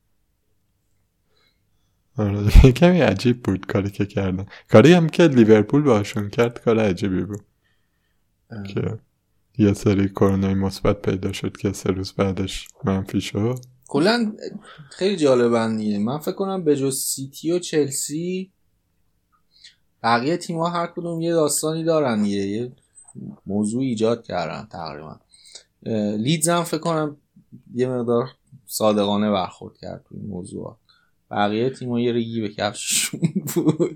آره کمی عجیب بود کاری که کردن. کاری هم که لیورپول باشون کرد کار عجیبی بود اه. که یه سری کرونای مثبت پیدا شد که سه روز بعدش منفی شد.
کلا خیلی جالبن دیگه. من فکر کنم به جز سیتی و چلسی بقیه تیم‌ها هر کدوم یه داستانی دارن، یه, یه موضوع ایجاد کردن تقریبا. لیدز هم فکر کنم یه مقدار صادقانه برخورد کرد تو این موضوع. بقیه تیم‌ها یه ریگی به کفششون بود.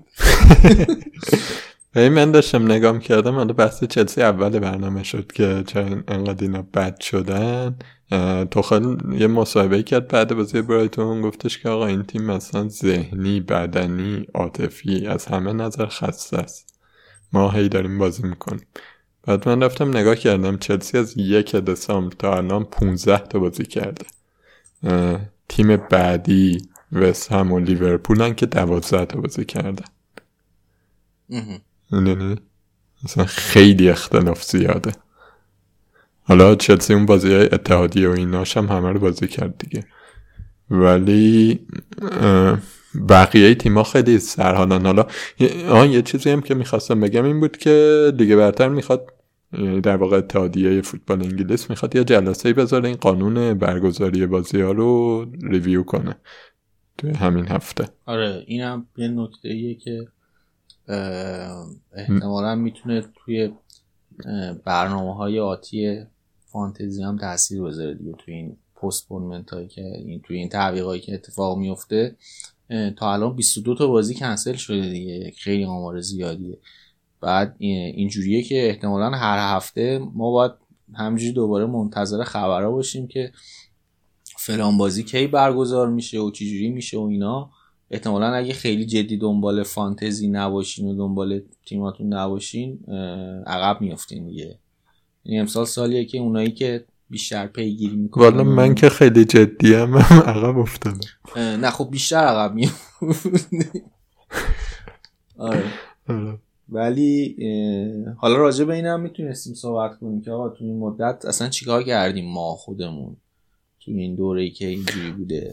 ببین من داشتم نگاه می‌کردم، حالا بحث چلسی اول برنامه شد که چون انقدر اینا بد شدن. توخل یه مصاحبه کرد بعد بازی برایتون، گفتش که آقا این تیم مثلا ذهنی، بدنی، عاطفی از همه نظر خسته است، ما هی داریم بازی میکنیم. بعد من رفتم نگاه کردم چلسی از یک دسامبر تا الان پونزده تا بازی کرده. تیم بعدی وست هم و لیورپولن که دوازده تا بازی کردن. نه مثلا خیلی اختلاف زیاده. حالا چلسی اون بازی های اتحادیه و ایناش هم همه رو بازی کرد دیگه، ولی بقیه تیما خیلی سرحالن. حالا آن یه چیزی هم که میخواستم بگم این بود که دیگه برتر میخواد، در واقع اتحادیه فوتبال انگلیس میخواد یه جلسه‌ای بذاره این قانون برگزاری بازی ها رو ریویو کنه توی همین هفته.
آره اینم یه نکته ایه که احتمالاً میتونه توی برنامه‌های آتی فانتزی هم تاثیر بذاره دیگه، توی این پستپونمنت هایی که این توی این تعویقایی که اتفاق میفته. تا الان بیست و دو تا بازی کنسل شده دیگه، خیلی آمار زیادیه. بعد اینجوریه که احتمالاً هر هفته ما باید همینجوری دوباره منتظر خبرها باشیم که فلان بازی کی برگزار میشه و چه جوری میشه و اینا. احتمالاً اگه خیلی جدی دنبال فانتزی نباشین و دنبال تیماتون نباشین عقب میافتین دیگه. این امسال سالیه که اونایی که بیشتر پیگیری میکنن،
والا من که خیلی جدیم عقب افتادم.
نه خب بیشتر عقب میافتین. آره ولی حالا راجع به اینم میتونستیم صحبت کنیم که آقا تو این مدت اصلا چیکار کردیم ما خودمون تو این دوره‌ای که اینجوری بوده.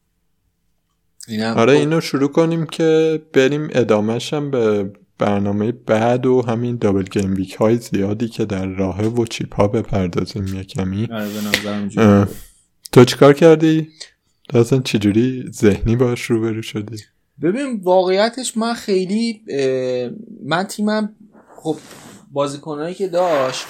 آره اینو شروع کنیم که بریم ادامهش هم به برنامه بعد و همین دابل گیم ویک های زیادی که در راهه و چیپ ها بپردازیم یه کمی.
آره به نظرم جوره.
تو چیکار کردی؟ تو اصلا چجوری ذهنی باش روبرو شدی؟
ببین واقعیتش من خیلی من تیمم خب بازیکنایی که داشت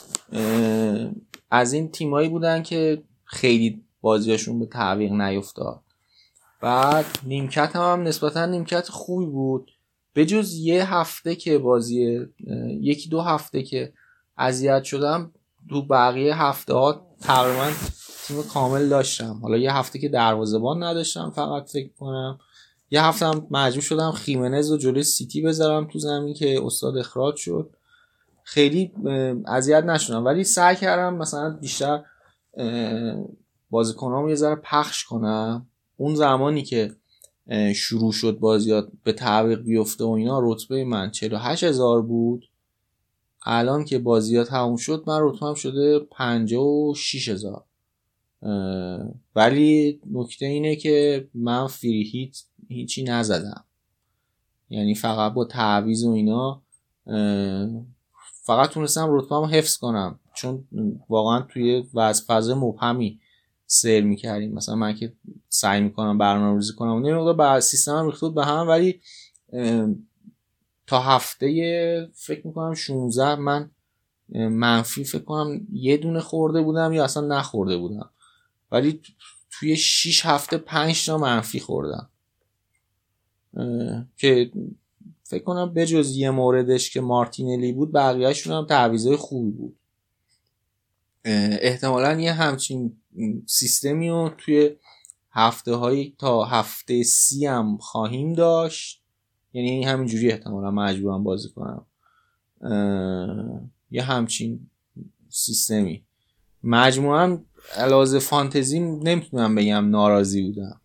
از این تیمایی بودن که خیلی بازیاشون به تعویق نیفتاد. بعد نیمکت هم, هم نسبتا نیمکت خوبی بود، به جز یه هفته که بازی یکی دو هفته که اذیت شدم. تو بقیه هفته ها تقریبا تیم کامل داشتم. حالا یه هفته که دروازه‌بان نداشتم فقط فکر کنم، یه هفته هم مجبور شدم خیمنز رو جلوی سیتی بذارم تو زمین که استاد اخراج شد. خیلی اذیت نشدم ولی سعی کردم مثلا بیشتر بازیکنامو یه ذره پخش کنم. اون زمانی که شروع شد بازیات به تعویق بیفته و اینا رتبه من چهل و هشت هزار بود. الان که بازیات تموم شد من رتبه‌ام شده پنجاه و شش هزار. ولی نکته اینه که من فری هیت هیچی نزدم، یعنی فقط با تعویض و اینا فقط تونستم رتبه‌مو حفظ کنم، چون واقعا توی وضع فاز مبهمی سیر میکردیم. مثلا من که سعی میکنم برنامه‌ریزی کنم نه مقدار بر سیستمم ریخته به هم، ولی تا هفته فکر میکنم شانزده من منفی فکر کنم یه دونه خورده بودم یا اصلا نخورده بودم، ولی توی شش هفته پنج تا منفی خوردم که فکر کنم به جز یه موردش که مارتینلی بود بقیه‌شون هم تعویضای خوبی بود. احتمالاً یه همچین سیستمی رو توی هفته هایی تا هفته سی هم خواهیم داشت، یعنی همینجوری احتمالاً مجبورم بازی کنم یه همچین سیستمی. مجموعاً علاوه فانتزی نمیتونم بگم ناراضی بودم.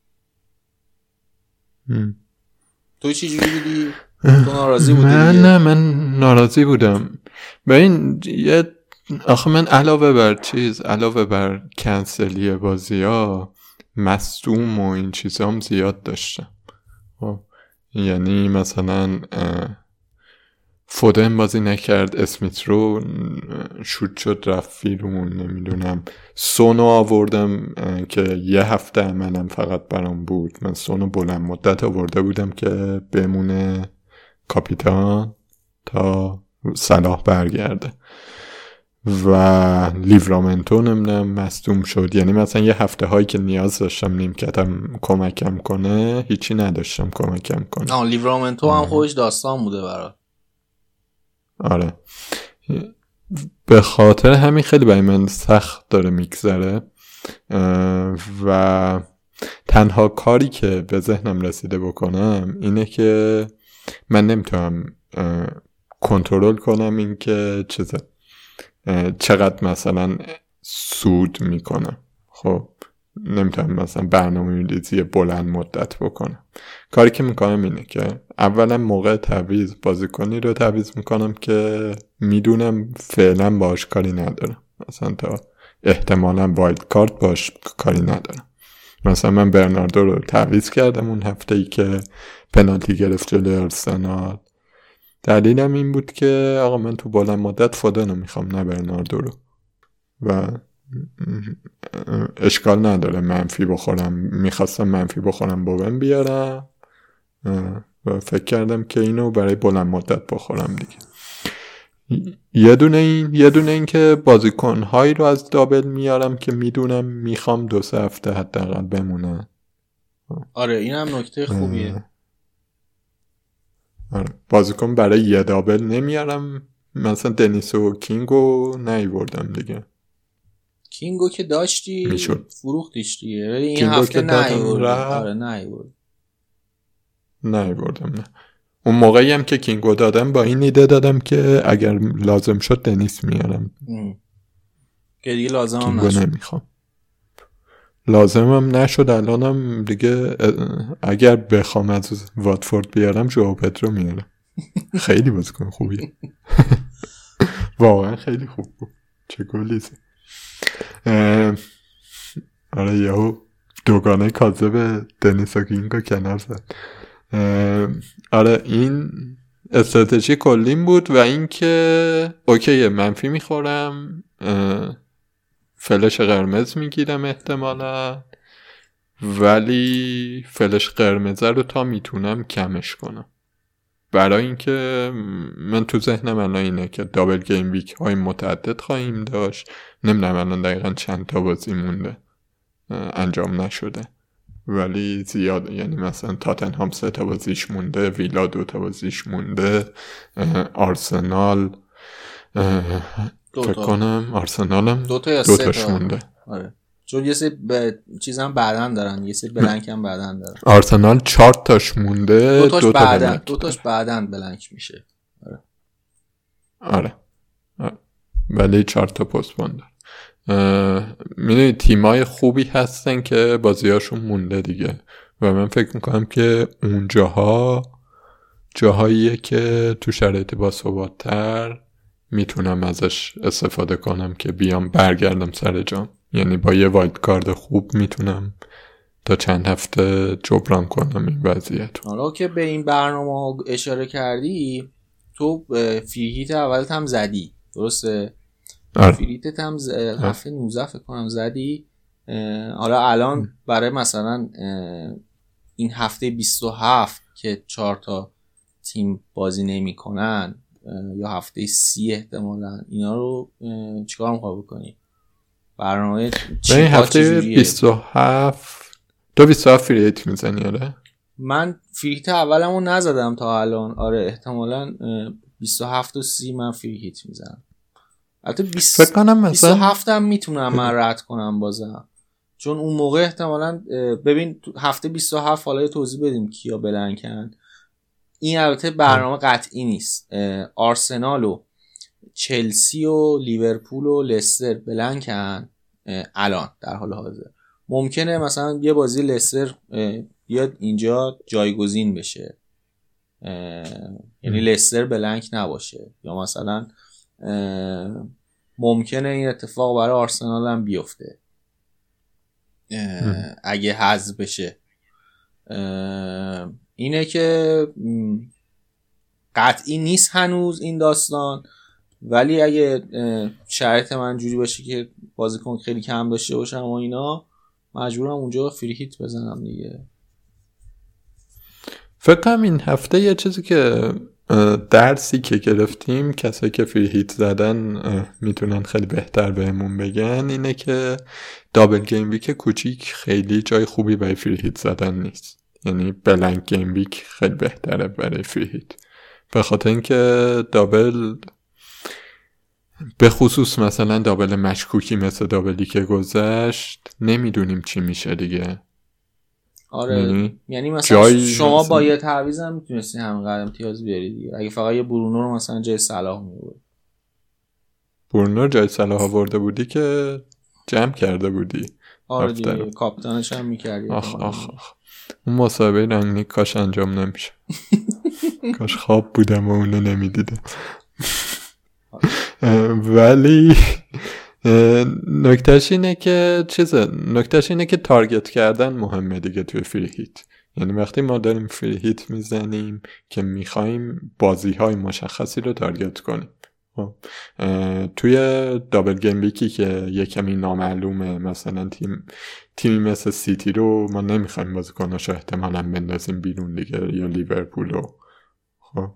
هم. تو چی جوری بودی؟ تو ناراضی بودی؟
من نه من ناراضی بودم. به این یه آخه من علاوه بر چیز علاوه بر کنسلی بازی ها مصدوم و این چیزا هم زیاد داشتم. یعنی مثلا فودن بازی نکرد، اسمیت رو شوت شد رفت بیرون، نمیدونم سونو آوردم که یه هفته عملم فقط برام بود. من سونو بلند مدت آورده بودم که بمونه کاپیتان تا صلاح برگرده و لیورامنتو نمیدونم مصدوم شد. یعنی مثلا یه هفته هایی که نیاز داشتم نیمکتم کمکم کنه هیچی نداشتم کمکم کنه.
آه لیورامنتو هم خودش داستان بوده برای.
آره به خاطر همین خیلی برای من سخت داره میگذره و تنها کاری که به ذهنم رسیده بکنم اینه که من نمیتونم کنترل کنم این که چیزه چقدر مثلا سود میکنم. خب نمیتونم مثلا برنامه ریزی بلند مدت بکنم. کاری که میکنم اینه که اولا موقع تعویض بازیکنی رو تعویض میکنم که میدونم فعلا باش کاری ندارم، مثلا تا احتمالا وایلد کارت باش کاری ندارم. مثلا من برناردو رو تعویض کردم اون هفته ای که پنالتی گرفت جلوی آرسنال. دلیلم این بود که آقا من تو بلند مدت فودن رو میخوام نه برناردو رو و اشکال نداره منفی بخورم. میخواستم منفی بخورم بوون بیارم و فکر کردم که اینو برای بلند مدت بخورم دیگه. یه دونه این یه دونه این که بازیکن هایی رو از دابل میارم که میدونم میخوام دو سه هفته حداقل بمونن.
آره این هم نکته خوبیه.
آره بازیکن برای یه دابل نمیارم. مثلا دنیس و کینگو نیوردم دیگه.
کینگو که داشتی
میشد
فروختیش دیگه. این هفته نیوردم. آره نیوردم
نیوردم نه. اون موقعی هم که کینگو دادم با این ایده دادم که اگر لازم شد دنیس میارم
ام. که دیگه لازم هم
نشد. نمیخوام لازم هم نشد. الانم دیگه اگر بخوام از واتفورد بیارم جو پدرو میارم. خیلی بازیکن خوبیه. واقعا خیلی خوب بود. چه گلیزه. آره یهو دوگانه کاذب دنیس و کینگو کنار زد. آره این استراتژی کلیم بود و این که اوکی منفی میخورم، فلش قرمز میگیرم احتمالا، ولی فلش قرمز رو تا میتونم کمش کنم برای اینکه من تو ذهنم الان اینه که دابل گیم ویک های متعدد خواهیم داشت. نمیدونم الان دقیقا چند تا بازی مونده انجام نشده ولی زیاد، یعنی مثلا تاتنهام سه تا بازیش مونده، ویلا دو تا بازیش مونده، آرسنال فکر کنم آرسنالم
دو تا یا
دو
سه
تاش
تا
مونده.
آره چون یه سه ب... چیزام بعدن دارن، یه سه بلنک هم بعدن دارن.
آرسنال چهار تاش مونده،
دو تاش
دو تا
بعدن
بلنک.
دو تاش بعدن بلنک میشه. آره
آره, آره. ولی چهار تا پست مونده. میدونی تیمای خوبی هستن که بازیاشون مونده دیگه و من فکر میکنم که اون جاها جاهاییه که تو شرایط باثبات‌تر میتونم ازش استفاده کنم که بیام برگردم سر جام. یعنی با یه وایلد کارد خوب میتونم تا چند هفته جبران کنم این وضعیت.
حالا که به این برنامه اشاره کردی، تو فریهیت اولت هم زدی درسته؟
آره.
فریهیتت هم ز... هفته نوزده فکر کنم زدی. حالا الان برای مثلا این هفته بیست و هفت که چهار تا تیم بازی نمی کنن یا هفته سی احتمالاً، اینا رو چیکار می‌خوای بکنی؟ برنامه چی
هفته بیست و هفت تو بیست و هفت فری هیت میزنی؟ آره
من فری هیت اولمو نزدم تا الان. آره احتمالاً بیست و هفت و سی من فری هیت میزنم. البته بیست
فکر کنم مثلا
بیست و هفت هم میتونم من رد کنم بازم، چون اون موقع احتمالاً ببین هفته بیست و هفت حالا توضیح بدیم کیا بلنکن. این البته برنامه قطعی نیست. آرسنال و چلسی و لیورپول و لستر بلنکن الان در حال حاضر. ممکنه مثلا یه بازی لستر بیاد اینجا جایگزین بشه، یعنی لستر بلنک نباشه، یا مثلا ممکنه این اتفاق برای آرسنال هم بیفته اگه حذف بشه. اینه که قطعی نیست هنوز این داستان، ولی اگه شرایط من جوری باشه که بازیکن خیلی کم داشته باشم و اینا، مجبورم اونجا فری هیت بزنم دیگه.
فکر کنم این هفته یه چیزی که درسی که گرفتیم کسایی که فری هیت زدن میتونن خیلی بهتر بهمون بگن اینه که دابل گیم ویک کوچیک خیلی جای خوبی برای فری هیت زدن نیست. یعنی بلنک گیم ویک خیلی بهتره برای فری هیت، به خاطر اینکه دابل به خصوص مثلا دابل مشکوکی مثل دابلی که گذشت نمیدونیم چی میشه دیگه.
آره یعنی, یعنی مثلا شما مثلا با یه تعویض هم میتونستی همینقدر امتیاز بیاری دیگه. اگه فقط یه برونو رو مثلا جای صلاح می‌آوردی،
برونو جای صلاح آورده بودی که جمع کرده بودی.
آره دیگه کاپیتانش هم می‌کردی.
آخ آخ آخ اون مسابقه رنگنیک کاش انجام نمیشه. کاش خواب بودم و اونو نمیدیدم. ولی نکتهش اینه که چیزه نکتهش اینه که تارگت کردن مهمه دیگه توی فری هیت. یعنی وقتی ما داریم فری هیت میزنیم که میخوایم بازی های مشخصی رو تارگت کنیم. توی دابل گیم ویکی که یه کمی نامعلومه، مثلا تیم تیمی مثل سیتی رو ما نمیخوایم بازیکناشو احتمالاً بندازیم بیرون دیگه، یا لیورپول رو، خب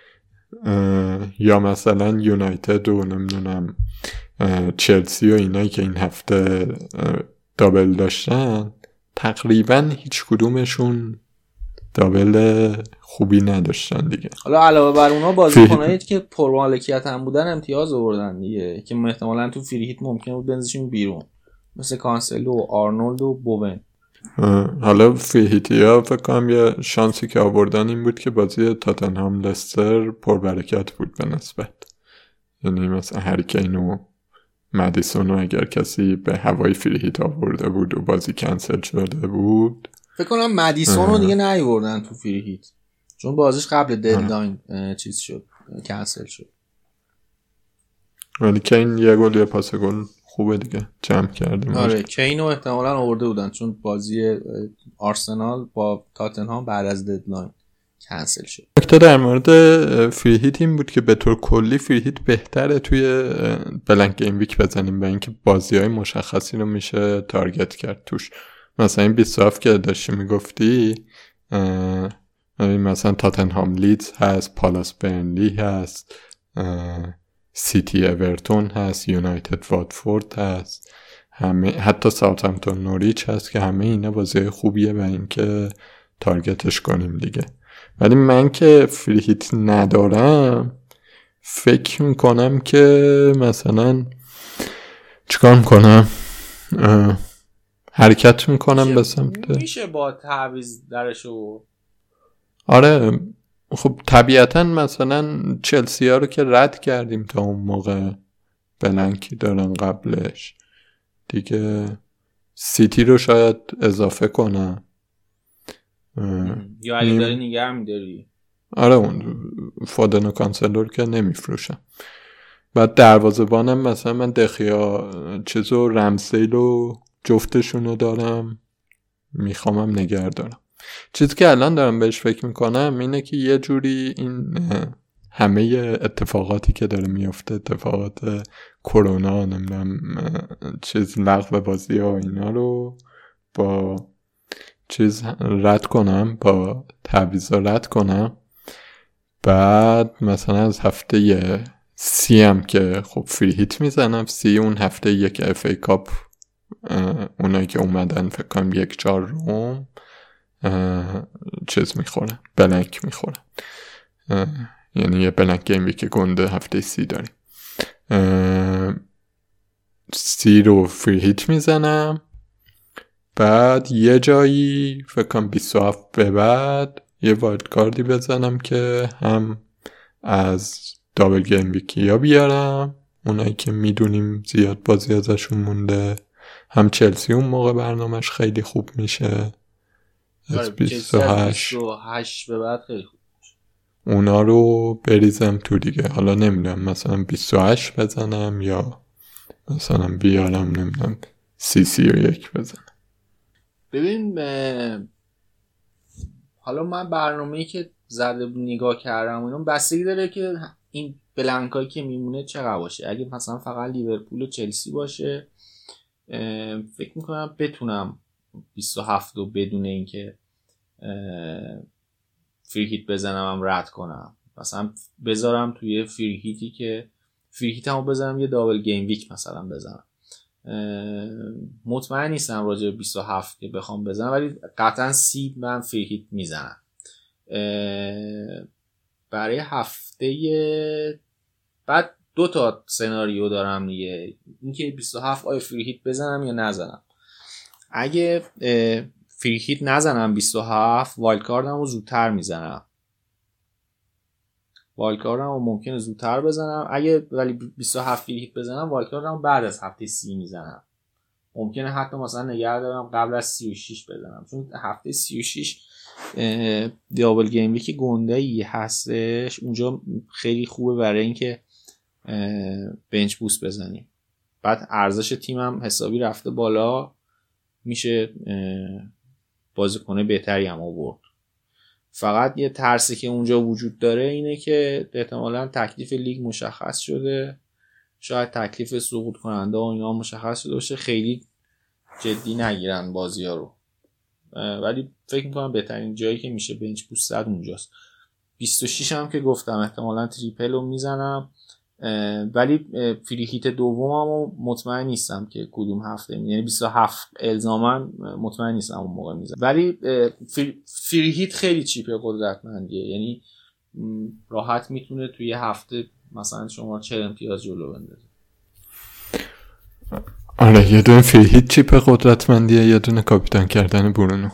یا مثلا یونایتد و نمیدونم چلسی و اینایی که این هفته دابل داشتن، تقریبا هیچ کدومشون دابل خوبی نداشتن دیگه.
حالا علاوه بر اونا بازیکنایی که پرمالکیت هم بودن امتیاز آوردن دیگه، که احتمالاً تو فری هیت ممکنه بود بنزشون بیرون، مثل کانسلو و آرنولد و بوون.
حالا فری هیتیا فکر کنم یه شانسی که آوردن این بود که بازی تاتنهام لستر پربرکت بود به نسبت، یعنی مثلا هری کین و مدیسون و اگر کسی به هوای فری هیت آورده بود و بازی کنسل شده بود،
فکر کنم مدیسون رو دیگه نیاوردن تو فری هیت چون بازیش قبل ددلاین چیز شد، کنسل شد.
ولی کین یه گل یه پاس گل خوبه دیگه، جمع کرده.
آره کین رو احتمالاً آورده بودن چون بازی آرسنال با تاتنهام بعد از ددلاین کنسل شد.
نکته در مورد فری هیت این بود که به طور کلی فری هیت بهتره توی بلنک گیم ویک بزنیم، با اینکه بازی‌های مشخصی رو میشه تارگت کرد توش. مثلا این بیست و هفت که داشتی میگفتی، مثلا تاتنهام لیدز هست، پالاس برنلی هست، سیتی اورتون هست، یونایتد واتفورد هست، همه حتی ساوثهمپتون نوریچ هست که همه اینا بازی خوبیه برای اینکه تارگتش کنیم دیگه. ولی من که فری هیت ندارم فکر میکنم که مثلا چیکار میکنم، حرکت میکنم به سمت
میشه با تعویض درشو.
آره خب طبیعتا مثلا چلسی ها رو که رد کردیم تا اون موقع، بلنکی دارن قبلش دیگه، سیتی رو شاید اضافه کنم
یا اگه داری نگه میداری.
آره اون فودن و کانسلور که نمیفروشم. بعد دروازه‌بانم مثلا من دخیا چیزو رمسیل و جفتشونو دارم، میخوامم نگه دارم. چیزی که الان دارم بهش فکر میکنم اینه که یه جوری این همه اتفاقاتی که داره میفته، اتفاقات کرونا، نمیدونم چیز لغو بازی ها اینا رو با چیز رد کنم، با تعویضا رد کنم بعد مثلا از هفته سی هم که خب فری هیت میزنم، سی اون هفته یک اف ای کاپ اونایی که اومدن فکر کنم یک چهار روم چیز میخورن، بلنک میخورن، یعنی یه بلنک گیم ویک گنده هفته سی داریم. سی رو فری هیت میزنم، بعد یه جایی فکر کنم بیست و هفت به بعد یه وایلد کاردی بزنم که هم از دابل گیم ویکی یا بیارم اونایی که میدونیم زیاد بازی ازشون مونده، هم چلسی اون موقع برنامهش خیلی خوب میشه از بیست و هشت
به بعد خیلی خوب میشه،
اونا رو بریزم تو دیگه. حالا نمیدونم مثلا بیست و هشت بزنم یا مثلا بیارم نمیدونم سی سی و یک بزنم.
ببین حالا من برنامه‌ای که زده نگاه کردم اونم بستگی داره که این بلنکایی که میمونه چقدر باشه. اگه مثلا فقط لیورپول و چلسی باشه فکر میکنم بتونم بیست و هفت رو بدون اینکه فری هیت بزنم هم رد کنم، مثلا بذارم توی فری هیتی که فری هیت همو بزنم یه دابل گیم ویک مثلا بزنم. مطمئن نیستم راجع به بیست و هفت که بخوام بزنم، ولی قطعا سی من فری هیت میزنم. برای هفته بعد دو تا سناریو دارم دیگه، اینکه بیست و هفت آیا فری هیت بزنم یا نزنم. اگه فری هیت نزنم بیست و هفت وایلد کاردمو زودتر میزنم، وایلد کاردمو ممکنه زودتر بزنم. اگه ولی بیست و هفت فری هیت بزنم وایلد کاردمو بعد از هفته سی میزنم، ممکنه حتی مثلا نگه دارم قبل از سی و شش بزنم، چون هفته سی و شش دابل گیم ویک گنده‌ای هستش، اونجا خیلی خوبه برای اینکه بنچ بوست بزنیم. بعد ارزش تیمم حسابی رفته بالا، میشه بازیکن بهتری هم آورد. فقط یه ترسی که اونجا وجود داره اینه که احتمالاً تکلیف لیگ مشخص شده، شاید تکلیف سقوط کننده و اینا مشخص شده باشه، خیلی جدی نگیرن بازی ها رو. ولی فکر میکنم بهترین جایی که میشه بنچ بوست زد اونجاست. بیست و شش هم که گفتم احتمالاً تریپل رو میزنم، ولی فری هیت دومم مطمئن نیستم که کدوم هفته، یعنی بیست و هفت الزاما مطمئن نیستم اون موقع میزنم. ولی فری هیت خیلی چیپه، قدرتمندیه، یعنی راحت میتونه توی هفته مثلا شما چهل امتیاز جلو بندازه.
آره یه دونه فری هیت چیپه قدرتمندیه، یه دونه کاپیتان کردن برونو.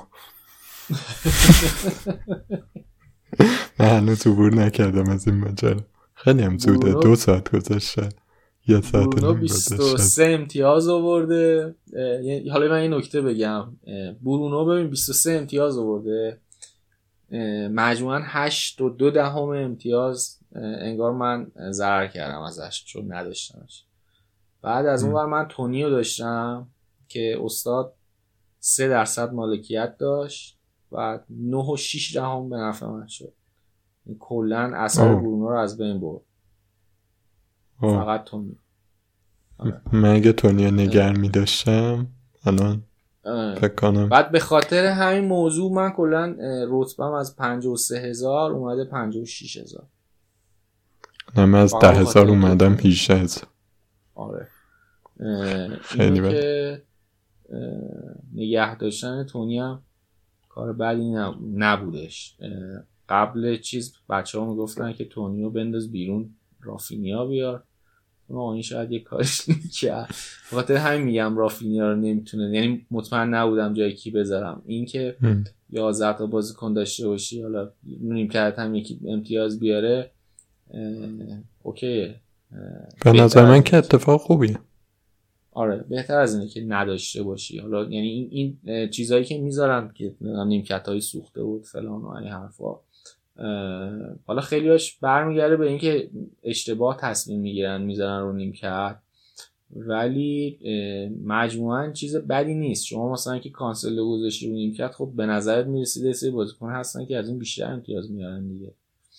من هنوز عبور نکردم از این ماجرا، خیلی هم زوده، دو ساعت گذشته، یه ساعت
برونو بیست و سه امتیاز آورده. حالا من این نکته بگم، برونو ببین بیست و سه امتیاز آورده، مجموعاً هشت و دو دهم امتیاز انگار من ضرر کردم ازش چون نداشتمش. بعد از اون ور من تونیو داشتم که استاد سه درصد مالکیت داشت و نه و شش دهم به نفع من شد. کلن اثر برونو رو از بین برد. آه. فقط تونیو.
من اگه تونیو نگر می داشتم الان فکر کنم.
بعد به خاطر همین موضوع من کلن رتبم از پنجاه و سه هزار اومده پنجاه و شش هزار.
من از ده هزار اومدم هجده هزار.
آره خیلی بد. که نگه داشتن تونی هم کار بدی نبودش. قبل چیز بچه ها میگفتن که تونیو بنداز بیرون رافینیا بیار، اون شاید یه کارش نمی‌کرد. خاطر همین میگم رافینیا رو نمیتونه، یعنی مطمئن نبودم جای کی بذارم. این که یازده تا بازیکن داشته باشی حالا نیم کرد هم یکی امتیاز بیاره اوکیه.
به نظر من که اتفاق خوبیه.
آره بهتر از اینه که نداشته باشی. حالا یعنی این این چیزایی که میذارن که نیمکت‌های سوخته و فلان و این حرفا، حالا خیلیاش برمیگرده به اینکه اشتباه تصمیم میگیرن میذارن رو نیمکت، ولی مجموعاً چیز بدی نیست. شما مثلا که کانسل گذاشتی رو نیمکت، خب به نظرت میرسیده سه بازیکن هستن که از این بیشتر امتیاز میارن دیگه.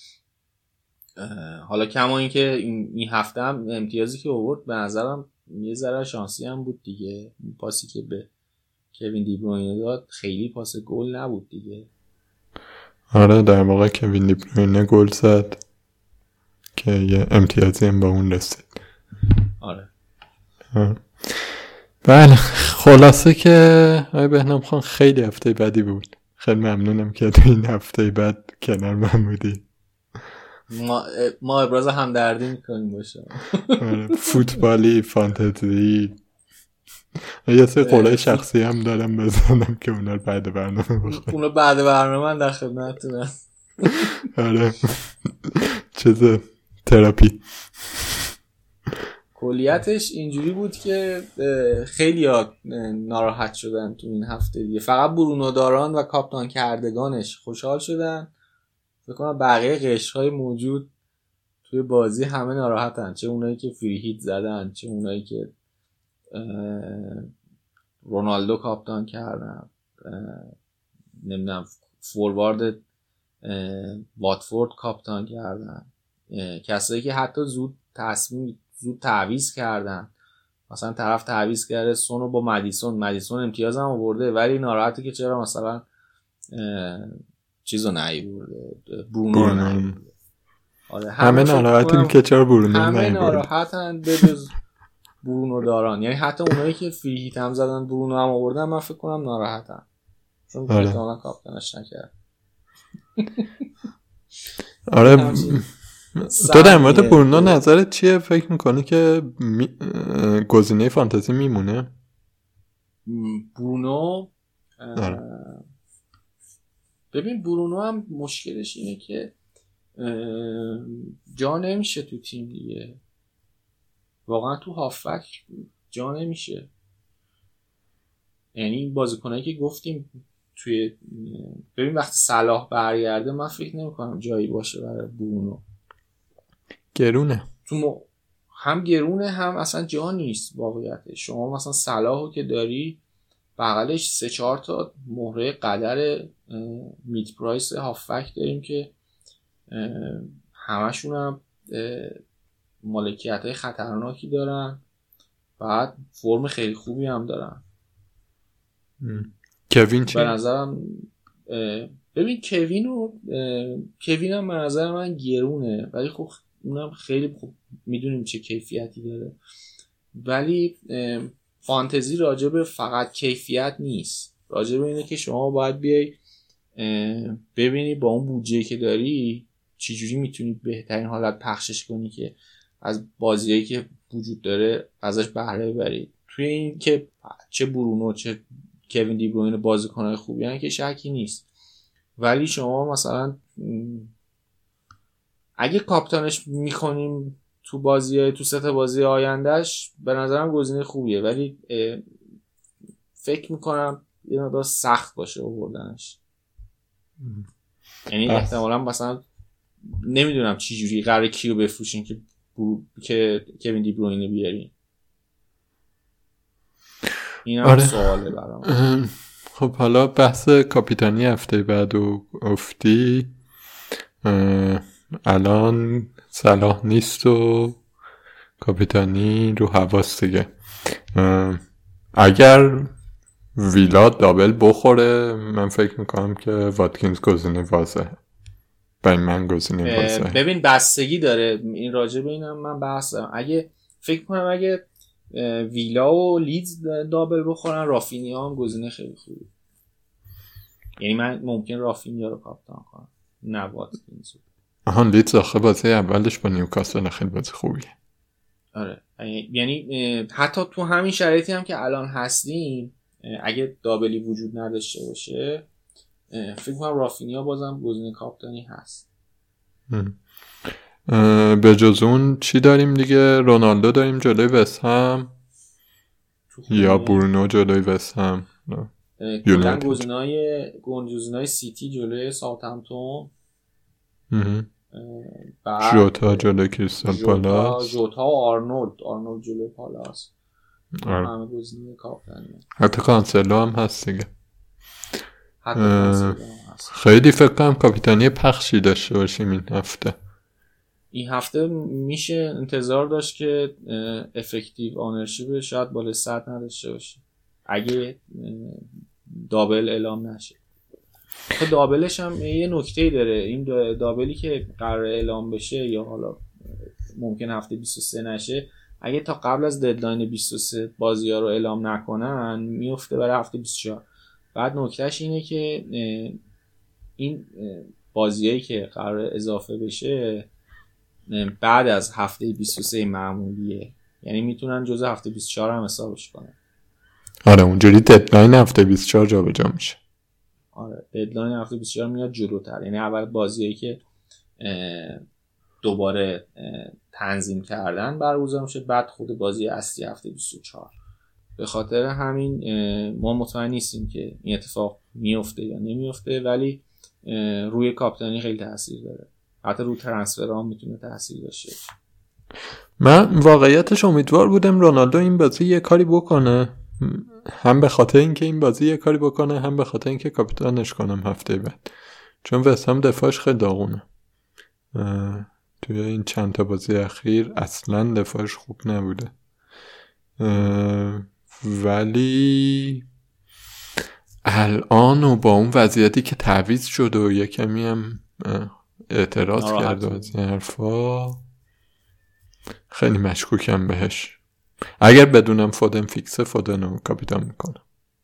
حالا کما اینکه این هفته هم امتیازی که آورد به نظرم یه ذره شانسی هم بود دیگه. پاسی که به کوین دی بروینه داد خیلی پاس گل نبود دیگه.
آره در واقع کوین دی بروینه گل زد، که یه امتیازی هم با اون رسید.
آره
بله خلاصه که آقای بهنام خان خیلی هفته بدی بود. خیلی ممنونم که تو این هفته بعد کنار من بودی.
ما ما ابراز همدردی میکنیم باشه.
فوتبالی، فانتزی، یه سری قولای شخصی هم دارم بزنم که اونا رو بعد برنامه بخونم.
اونا بعد برنامه من در خدمتتونم.
آره چیز تراپی.
کلیتش اینجوری بود که خیلی ها ناراحت شدن تو این هفته دیگه. فقط برونو داران و کاپتان کردگانش خوشحال شدن. فکر کنم بقیه قشرهای موجود توی بازی همه ناراحتن، چه اونایی که فری هیت زدن، چه اونایی که رونالدو کاپتان کردن، نمیدونم فوروارد واتفورد کاپتان کردن، کسایی که حتی زود تصمیم زود تعویض کردن. مثلا طرف تعویض کرده سونو با مدیسون، مدیسون امتیاز هم آورده ولی ناراحته که چرا مثلا چیزو نیورده، برونو رو نیورده. آره
همه ناراحتیم که چرا برونو نیورده.
همه ناراحتن به جز برونو داران. یعنی حتی اونایی که فری هیت هم زدن برونو هم آوردن من فکر کنم ناراحتن چون احتمالاً کاپیتانش نکرد.
آره تو در مورد برونو نظرت چیه؟ فکر میکنی که می... گزینه فانتزی میمونه؟
برونو ببین برونو هم مشکلش اینه که جا نمیشه تو تیم دیگه، واقعا تو هافبک جا نمیشه. یعنی این بازیکنایی که گفتیم توی ببین وقتی صلاح برگرده من فکر نمیکنم جایی باشه برای برونو.
گرونه
تو م... هم گرونه هم اصلا جا نیست واقعیت. شما مثلا صلاحو که داری بغلش سه چهار تا مهره قدر مید پرایس هافبک داریم که همشون هم مالکیت‌های خطرناکی دارن، بعد فرم خیلی خوبی هم دارن.
کوین چی؟
به نظرم ببین کوین و کوین هم به نظر من گرونه ولی خب اونم خیلی خوب میدونیم چه کیفیتی داره. ولی فانتزی راجب فقط کیفیت نیست، راجب اینه که شما باید بیای ببینی با اون بودجه‌ای که داری چجوری میتونی بهترین حالت پخشش کنی که از بازیایی که وجود داره ازش بهره ببری. توی این که چه برونو چه کوین دی بروینه بازیکن‌های خوبی هستن که شکی نیست، ولی شما مثلا اگه کاپیتانش میکنیم تو بازی تو سه تا بازی آیندهش به نظرم گزینه خوبیه، ولی فکر میکنم یه مقدار سخت باشه آوردنش. یعنی احتمالاً مثلا نمیدونم چی جوری قراره کیو بفروشین که برو... که کوین دی بروینه بیارین. این هم آره. سواله برام.
خب حالا بحث کاپیتانی هفته بعد و افتی الان صلاح نیست و کاپیتانی رو حواس دیگه. اگر ویلا دابل بخوره من فکر میکنم که واتکینز گزینه واضحه. برای من گزینه واضحه.
ببین بستگی داره این راجع به اینم من بحث دارم. اگه فکر کنم اگه ویلا و لیدز دابل بخورن رافینیا هم گزینه خیلی خوبه. یعنی من ممکن رافینیا رو کاپیتان کنم نه واتکینز.
آها لیدز آخه بازی اولش با نیوکاسل خیلی بازی خوبیه.
آره یعنی حتی تو همین شرایطی هم که الان هستیم اگه دابلی وجود نداشته باشه فکر کنم رافینیا بازم گزینه کاپیتانی هست.
به جز اون چی داریم دیگه؟ رونالدو داریم جلوی وست هم یا برونو جلوی وست هم؟
کلا گزینه‌های گزینه‌های سیتی جلوی ساوثهمپتون،
ژوتا جلوی کریستال پالاس،
ژوتا و آرنولد آرنولد جلوی پالاس. همه گزینه کاپیتانی.
حتی کانسلو هم هست دیگه.
حتی کانسلو هم هست.
خیلی فکر کنم کاپیتانی پخشی داشته باشیم این هفته.
این هفته میشه انتظار داشت که افکتیو آنرشیپ شاید بالای صد نداشته باشه اگه دابل اعلام نشه. خب دابلش هم یه نکته‌ای داره. این دابلی که قرار اعلام بشه یا حالا ممکن هفته بیست و سه نشه، اگه تا قبل از ددلاین بیست و سه بازی‌ها رو اعلام نکنن میفته برای هفته بیست و چهار. بعد نکتهش اینه که این بازیایی که قرار اضافه بشه بعد از هفته بیست و سه معمولیه، یعنی میتونن جزء هفته بیست و چهار هم حسابش کنن.
آره اونجوری ددلاین هفته بیست و چهار جابجا میشه.
آره ددلاین هفته بیست و چهار میاد جلوتر، یعنی اول بازیایی که دوباره تنظیم کردن برگزار میشه، بعد خود بازی اصلی هفته بیست و چهار. به خاطر همین ما مطمئن نیستیم که این اتفاق میفته یا نمیفته، ولی روی کاپیتانی خیلی تاثیر داره، حتی روی ترانسفر هم میتونه تاثیر داشته.
من واقعیتش امیدوار بودم رونالدو این بازی یه کاری بکنه، هم به خاطر اینکه این بازی یه کاری بکنه، هم به خاطر اینکه کاپیتانش کنم هفته بعد، چون وستهم دفاعش خیلی داغونه. توی این چند تا بازی اخیر اصلا دفاعش خوب نبوده، ولی الان و با اون وضعیتی که تعویض شد و یه کمی هم اعتراض کرد و از این حرفا خیلی مشکوکم بهش. اگر بدونم فودن فیکسه فودنو کاپیتان میکنم.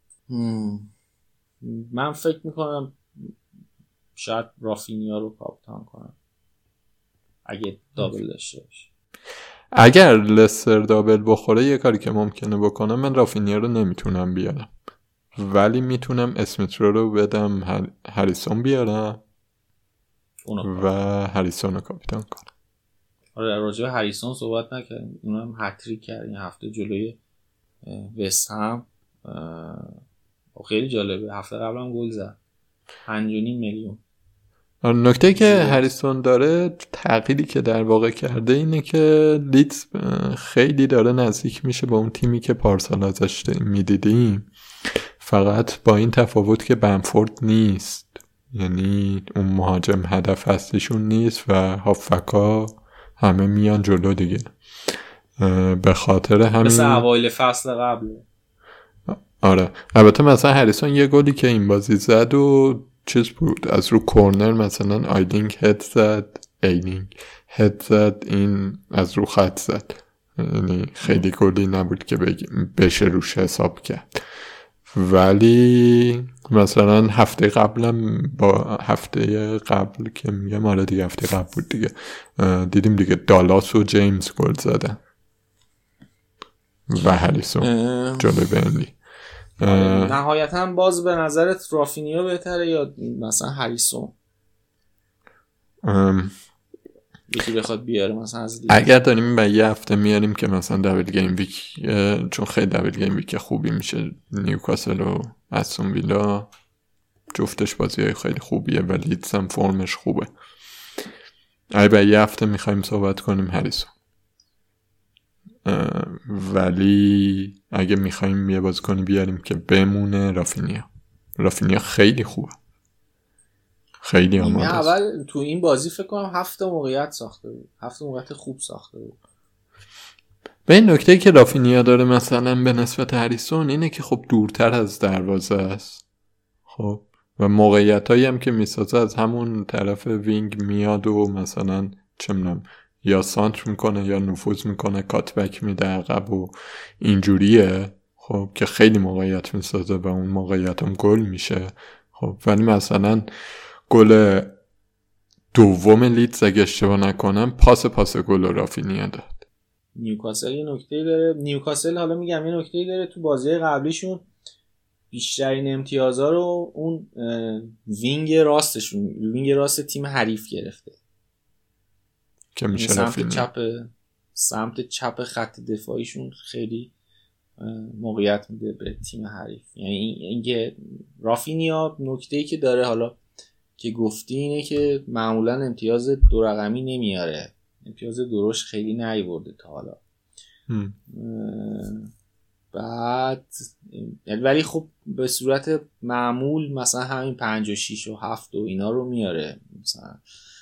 من فکر میکنم شاید رافینیا رو کاپیتان کنم اگه دابل داشته باشه.
اگر لستر دابل بخوره یه کاری که ممکنه بکنم، من رافینیا رو نمیتونم بیارم، ولی میتونم اسمیترو رو بدم هر... هریسون بیارم و هریسون رو کاپیتان کنم.
آره راجع به هریسون صحبت نکردیم، اونم هتریک کرد این هفته جلوی وستهم، خیلی جالبه. هفته قبلم گل زد، پنج و نیم میلیون.
نکته که هریسون داره، تغییری که در واقع کرده اینه که لیدز خیلی داره نزدیک میشه با اون تیمی که پارسال ازش میدیدیم، فقط با این تفاوت که بنفورد نیست، یعنی اون مهاجم هدف اصلیشون نیست و هافکا همه میان جلو دیگه. به خاطر همین
مثل اوایل فصل قبل.
آره البته مثلا هریسون یه گلی که این بازی زد و چیز بود، از رو کورنر مثلا آیلینگ هد زد ایلینگ هد زد این از رو خط زد، یعنی خیلی گلی نبود که بشه روش حساب کرد. ولی مثلا هفته قبلم با هفته قبل که میگم آره دیگه هفته قبل بود دیگه، دیدیم دیگه دالاس و جیمز گل زدن و هریسون جلوی بنلی.
نهایتا باز به نظرت رافینیا بهتره یا مثلا هریسون؟ یکی بخواد بیاره مثلا از دیگه.
اگر داریم به یه هفته میاریم که مثلا دبل گیم ویک، چون خیلی دبل گیم ویک خوبی میشه، نیوکاسل و استون ویلا جفتش بازیای خیلی خوبیه و لیدز هم فرمش خوبه. اگه به یه هفته میخوایم صحبت کنیم هریسون، ولی اگه میخوایم یه بازیکنی بیاریم که بمونه رافینیا. رافینیا خیلی خوبه، خیلی آماده است.
اول تو این بازی فکر کنم هفت موقعیت ساخته بود، هفت موقعیت خوب ساخته بود.
به این نکته که رافینیا داره مثلا به نسبت هریسون اینه که خب دورتر از دروازه است، خب و موقعیتایی هم که میسازه از همون طرف وینگ میاد و مثلا چه می‌دونم یا سانتر میکنه یا نفوذ میکنه، کاتبک میده عقب و اینجوریه، خب که خیلی موقعیت میسازه و اون موقعیت هم گل میشه. خب ولی مثلا گل دوم لیدز اگه اشتباه نکنم پاس پاس گل رافینیا داد.
نیوکاسل یه نکته داره، نیوکاسل حالا میگم یه نکته داره، تو بازی قبلیشون بیشترین امتیازها رو اون وینگ راستشون، وینگ راست تیم حریف گرفته
که میشه
سمت
رافینیا.
چپ سمت چپ خط دفاعیشون خیلی موقعیت میده به تیم حریف. یعنی اینکه رافینیا نکته‌ای که داره حالا که گفتی اینه که معمولا امتیاز دو رقمی نمیاره، امتیاز درشت خیلی نیورده تا حالا. بعد ولی خب به صورت معمول مثلا همین پنج و شیش و هفت و اینا رو میاره، مثلا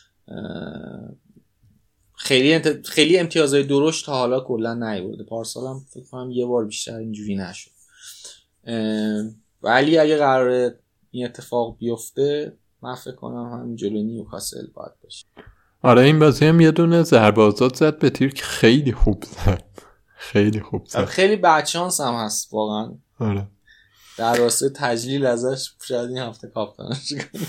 خیلی انت... خیلی امتیازهای درشت تا حالا کلا نیورده. پارسال هم فکر کنم یه بار بیشتر اینجوری نشد. ولی اگه قراره این اتفاق بیفته من فکر کنم همین جلوی نیوکاسل باید باشه.
آره این بازی هم یه دونه ضربه آزاد زد به تیر که خیلی خوب زد، خیلی خوب زد،
خیلی بچانس هم هست واقعا.
آره
در راسته تجلیل ازش شاید این هفته کاپیتانش کنیم.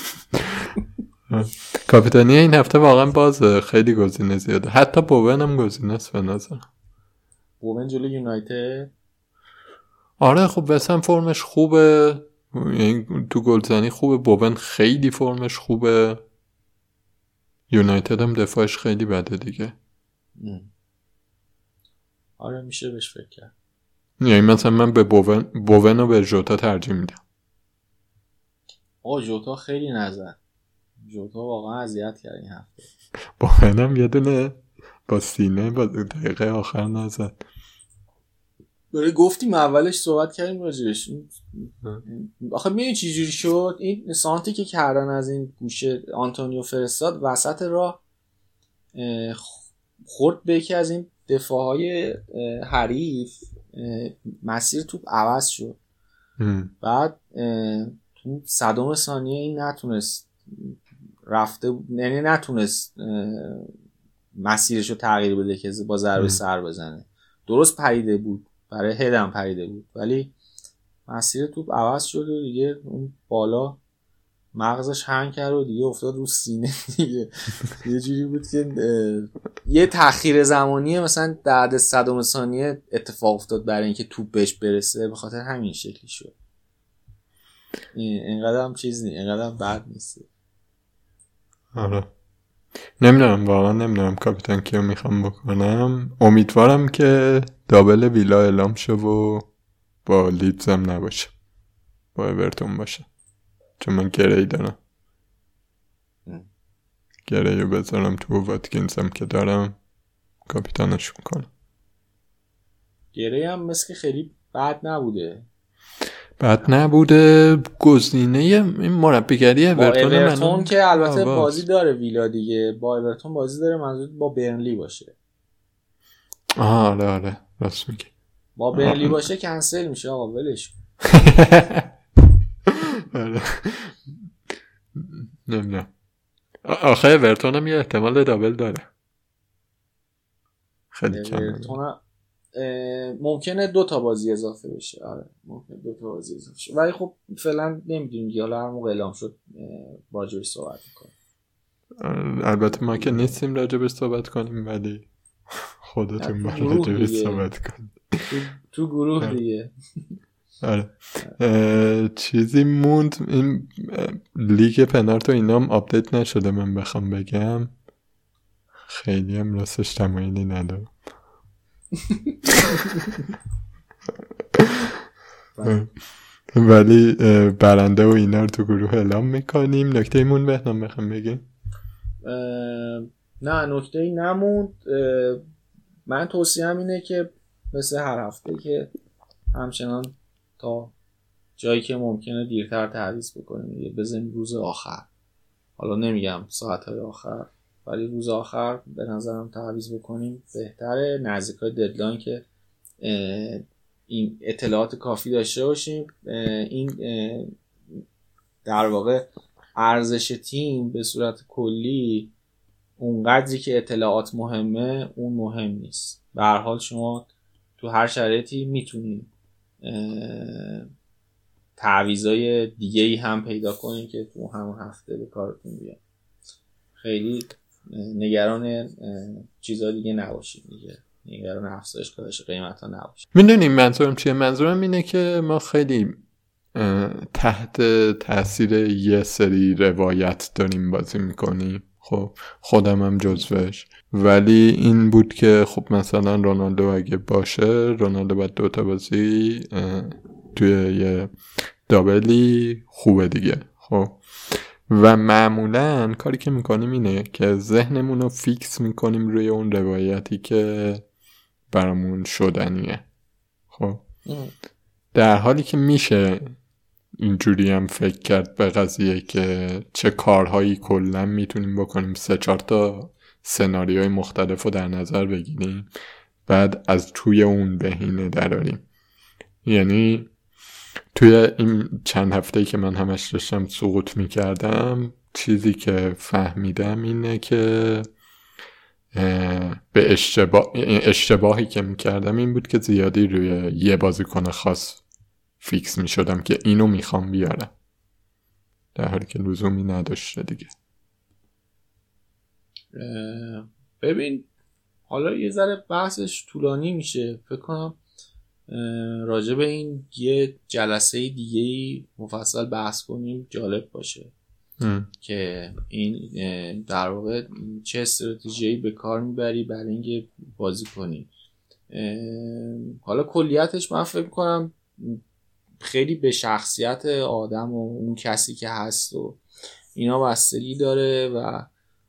کاپیتانی این هفته واقعا بازه، خیلی گزینه زیاده، حتی بوون هم گزینه است به نظر.
بوون جلو یونایتد
آره خب وسم فرمش خوبه، یعنی تو گلزنی خوبه، بوون خیلی فرمش خوبه، یونایتد هم دفاعش خیلی بده دیگه.
آره میشه بهش فکر کرد.
یعنی مثلا من به بوون بوون رو به ژوتا ترجیح میدم.
آه ژوتا خیلی نزد، ژوتا واقعا اذیت کرد این هفته.
بوون هم یه دونه با سینه با دقیقه آخر نزد.
برای گفتیم اولش صحبت کردیم راجعش. آخه میدونی چی جوری شد این سانتی که کردن از این گوشه آنتونیو فرستاد وسط راه، خورد به یکی از این دفاعهای حریف، مسیر توپ عوض شد. بعد تو صدم ثانیه این نتونست رفته، یعنی نتونست مسیرش رو تغییر بده که با ضربه سر بزنه. درست پریده بود، برای هدم پریده بود، ولی مسیر توپ عوض شد و دیگه اون بالا مغزش هنگ کرد و دیگه افتاد رو سینه دیگه. یه جوری بود که یه تأخیر زمانیه مثلا در صدم ثانیه اتفاق افتاد برای اینکه توپ بهش برسه، به خاطر همین شکلی شد. اینقدر هم چیز نیست، اینقدر هم بد نیست.
آره نمیدونم، واقعا نمیدونم کاپیتان کیو میخوام بکنم. امیدوارم که دابل ویلا اعلام شه و با لیدز هم نباشه، با اورتون باشه، چون من گرهی دارم. گرهی رو بذارم تو واتکینز هم که دارم کاپیتانش میکنم.
گرهی هم مثل خیلی بد نبوده،
بد نبوده. گزینه این مربیگری اورتون
با اورتون
من
که البته بازی داره ویلا دیگه، با اورتون بازی داره، منظور با برنلی باشه.
آره آره راست میگی،
با برنلی باشه کنسل میشه آقا، ولش
آره نمیدونم. آخه اورتون هم یه احتمال دابل داره خیلی کم،
ممکنه دو تا بازی اضافه بشه. آره ممکنه دو تا بازی اضافه بشه، ولی خب فعلا نمیدونیم دیگه، حالا هر موقع اعلام شد راجعش صحبت میکنیم.
البته ما که نیستیم راجعش صحبت کنیم، ولی خودتون باید راجعش صحبت کنیم
تو گروه دیگه.
آره چیزی موند این لیگ پنارت و اینا هم آپدیت نشده من بخوام بگم، خیلی هم راستش تمایلی ندارم. ولی برنده و اینا رو تو گروه اعلام میکنیم. نکته ایمون بهنام بخوام بگیم؟
نه نکته ای نموند. من توصیهم اینه که مثل هر هفته که همچنان تا جایی که ممکنه دیرتر تعویض بکنیم، بزنیم روز آخر. حالا نمیگم ساعتهای آخر، ولی روز آخر به نظرم تعویض بکنیم بهتره، نزدیکای ددلاین که این اطلاعات کافی داشته باشیم. این در واقع ارزش تیم به صورت کلی اونقدری که اطلاعات مهمه اون مهم نیست. به هر حال شما تو هر شرایطی میتونید تعویضای دیگه‌ای هم پیدا کنید که تو همون هفته به کارتون بیاد. خیلی نگران چیزا دیگه نباشید دیگه، نگران افزایش کاهش قیمتا نباشید.
میدونیم منظورم چیه؟ منظورم اینه که ما خیلی تحت تاثیر یه سری روایت داریم بازی میکنیم، خب خودم هم جزوش، ولی این بود که خب مثلا رونالدو اگه باشه، رونالدو باید دوتا بازی توی یه دابلی خوبه دیگه. خب و معمولا کاری که میکنیم اینه که ذهنمون رو فیکس میکنیم روی اون روایتی که برامون شدنیه. خب در حالی که میشه اینجوری هم فکر کرد به قضیه که چه کارهایی کلا میتونیم بکنیم، سه چهار تا سناریوی مختلف رو در نظر بگیریم، بعد از توی اون بهینه دراریم. یعنی توی این چند هفته‌ای که من همش داشتم سقوط میکردم، چیزی که فهمیدم اینه که به اشتباه اشتباهی که میکردم این بود که زیادی روی یه بازیکن خاص فیکس میشدم که اینو میخوام بیارم، در حالی که لزومی نداشته دیگه.
ببین حالا یه ذره بحثش طولانی میشه، فکر کنم راجع به این یه جلسه دیگه مفصل بحث کنیم، جالب باشه ام. که این در واقع چه استراتژی به کار میبری برای اینکه بازی کنی. حالا کلیتش من فکر کنم خیلی به شخصیت آدم و اون کسی که هست و اینا بستگی داره و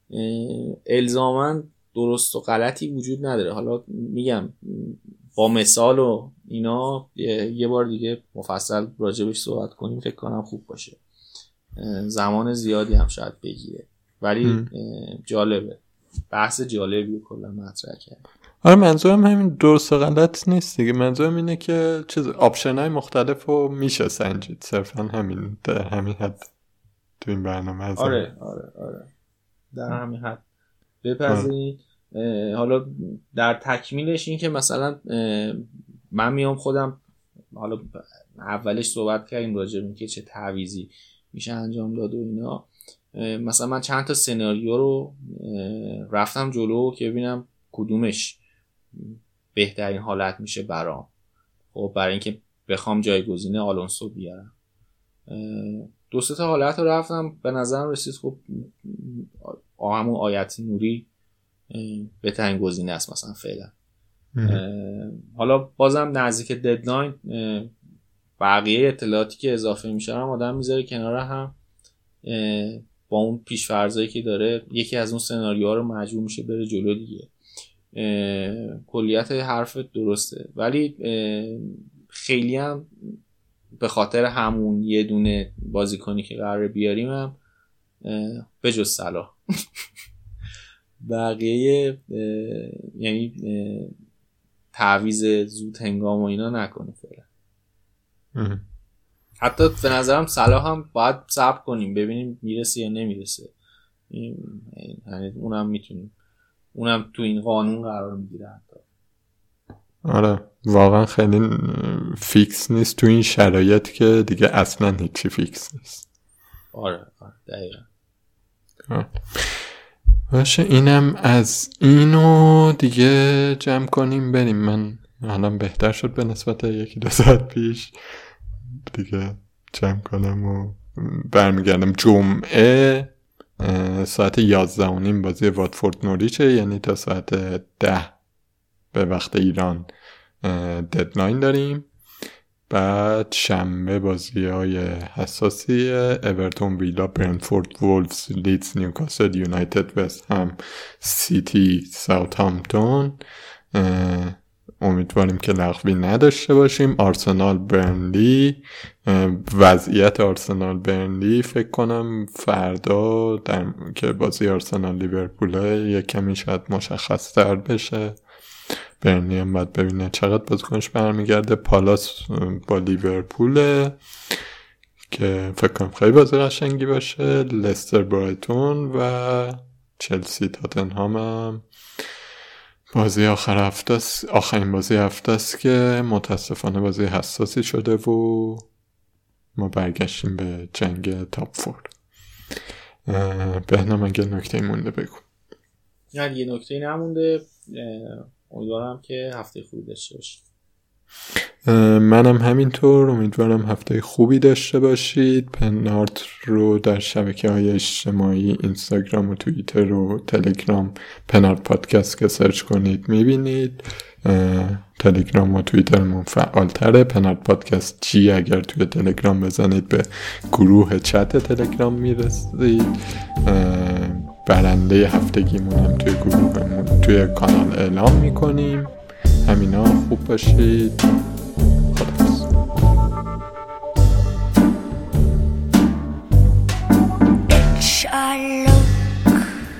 الزاماً درست و غلطی وجود نداره. حالا میگم با مثال و اینا یه بار دیگه مفصل راجبش صحبت کنیم، فکر کنم خوب باشه. زمان زیادی هم شاید بگیره ولی جالبه، بحث جالبی کلا مطرح کرد.
آره منظورم همین درست و غلط نیست دیگه، منظورم اینه که چیز آپشن‌های مختلف رو میشه سنجید، صرفا همین در همین حد تو این برنامه هست.
آره آره آره در همین حد بپذیرید. حالا در تکمیلش این که مثلا من میام خودم، حالا اولش صحبت کردیم راجع به اینکه چه تعویضی میشه انجام داد و اینا، مثلا من چند تا سناریو رو رفتم جلو که ببینم کدومش بهترین حالت میشه برام، خب برای اینکه بخوام جایگزین آلونسو بیارم. دو سه تا حالت رو رفتم، به نظرم رسید خب همون آیت نوری بهترین گزینه است مثلا فعلا. حالا بازم نزدیک ددلاین بقیه اطلاعاتی که اضافه میشه هم آدم میذاره کنار هم، با اون پیش‌فرضایی که داره یکی از اون سناریوها رو مجبور میشه بره جلو دیگه. کلیت حرف درسته ولی خیلی هم به خاطر همون یه دونه بازیکنی که قراره بیاریم هم به جز صلاح بقیه یعنی تعویض زود هنگام و اینا نکنه فعلا. حتی به نظرم صلاح هم باید صبر کنیم ببینیم میرسه یا نمیرسه، یعنی اونم میتونیم اونم تو این قانون قرار میگیره حتی.
آره واقعا خیلی فیکس نیست تو این شرایط که دیگه اصلا هیچی فیکس نیست.
آره آره دقیقا.
آره. باشه اینم از اینو دیگه جمع کنیم بریم. من الان بهتر شد به نسبت یکی دو ساعت پیش، دیگه جمع کنم و برمیگردم. جمعه ساعت یازده و نیم بازی واتفورد نوریچه، یعنی تا ساعت ده به وقت ایران ددلاین داریم. بعد شنبه بازی های حساسی اورتون، ویلا، برنتفورد، وولفز، لیدز، نیوکاسل یونایتد، وست هم، سیتی، ساوثهامپتون. امیدواریم که لغوی نداشته باشیم. آرسنال برنلی، وضعیت آرسنال برنلی فکر کنم فردا در که بازی آرسنال لیورپول یک کمی شاید مشخص تر بشه. برنلی هم باید ببینه چقدر بازیکنش برمیگرده. پالاس با لیورپول که فکر کنم خیلی بازی قشنگی باشه. لستر برایتون و چلسی تاتنهام هم بازی آخر هفته است، آخرین بازی هفته است که متاسفانه بازی حساسی شده و ما برگشتیم به جنگ تاپ فور. بهنام اگه نکته مونده بگو.
نه یه نکته نمونده، امیدوارم که هفته خوبی داشته باشید.
منم همینطور امیدوارم هفته خوبی داشته باشید. پنارت رو در شبکه‌های اجتماعی اینستاگرام و توییتر و تلگرام پنارت پادکست که سرچ کنید میبینید. تلگرام و توییترمون فعال تره، پنارت پادکست جی. اگر توی تلگرام بزنید به گروه چت تلگرام میرسید. برنده هفتگیمون هم توی گروهمون توی کانال اعلام میکنیم. همینا خوب باشید. خداحافظ.
It's our luck,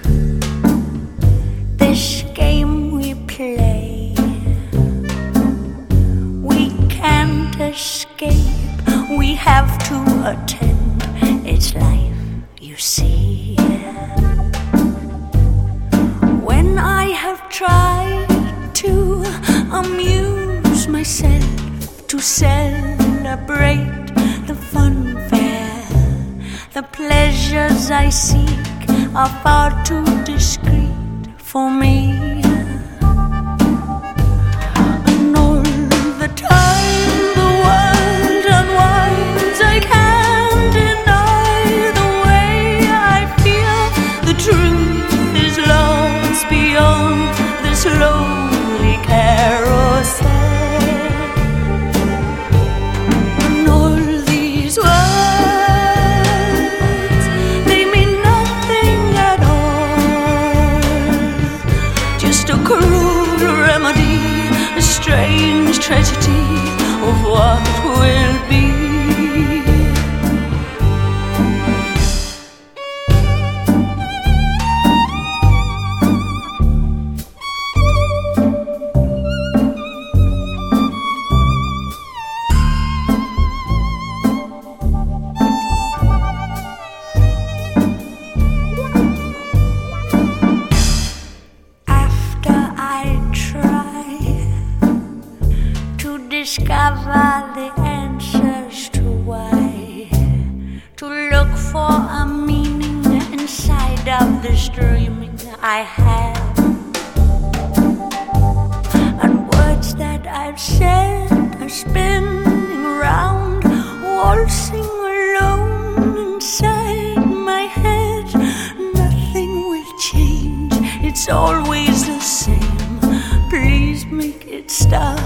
this game we play. We can't escape. We amuse myself, to celebrate the funfair. The pleasures I seek are far too discreet for me. And all the time the world unwinds, I can't deny the way I feel. The truth is lost beyond this lonely carousel. And all these words, they mean nothing at all. Just a cruel remedy, a strange tragedy of what will be. Discover the answers to why, to look for a meaning inside of this dreaming I have. And words that I've said are spinning round, waltzing alone inside my head. Nothing will change, it's always the same. Please make it stop